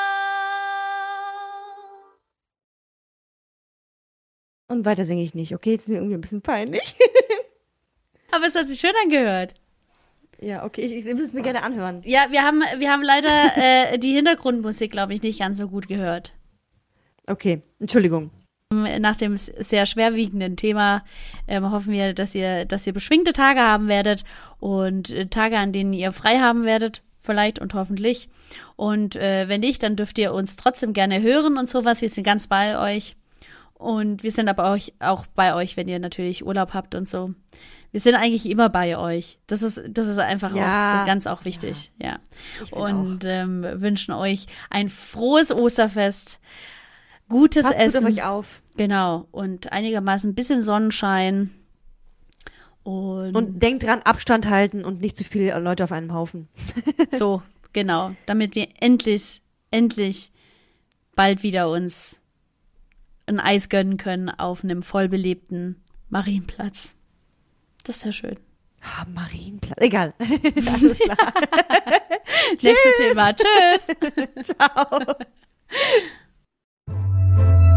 Und weiter singe ich nicht. Okay, jetzt ist mir irgendwie ein bisschen peinlich. Aber es hat sich schön angehört. Ja, okay, ich, ich würde es mir gerne anhören. Ja, wir haben, wir haben leider äh, die Hintergrundmusik, glaube ich, nicht ganz so gut gehört. Okay, Entschuldigung. Nach dem sehr schwerwiegenden Thema ähm, hoffen wir, dass ihr, dass ihr beschwingte Tage haben werdet und äh, Tage, an denen ihr frei haben werdet, vielleicht und hoffentlich. Und äh, wenn nicht, dann dürft ihr uns trotzdem gerne hören und sowas. Wir sind ganz bei euch. Und wir sind aber auch, auch bei euch, wenn ihr natürlich Urlaub habt und so. Wir sind eigentlich immer bei euch. Das ist, das ist einfach Ja. auch ganz auch wichtig. Ja. Ich find Und ähm, wünschen euch ein frohes Osterfest, gutes Passt gut Essen. auf euch auf. Genau. Und einigermaßen ein bisschen Sonnenschein. Und, Und denkt dran, Abstand halten und nicht zu viele Leute auf einem Haufen. so, genau. Damit wir endlich, endlich bald wieder uns ein Eis gönnen können auf einem vollbelebten Marienplatz. Das wäre schön. Ah, Marienplatz. Egal. Alles klar. Nächstes Thema. Tschüss. Ciao.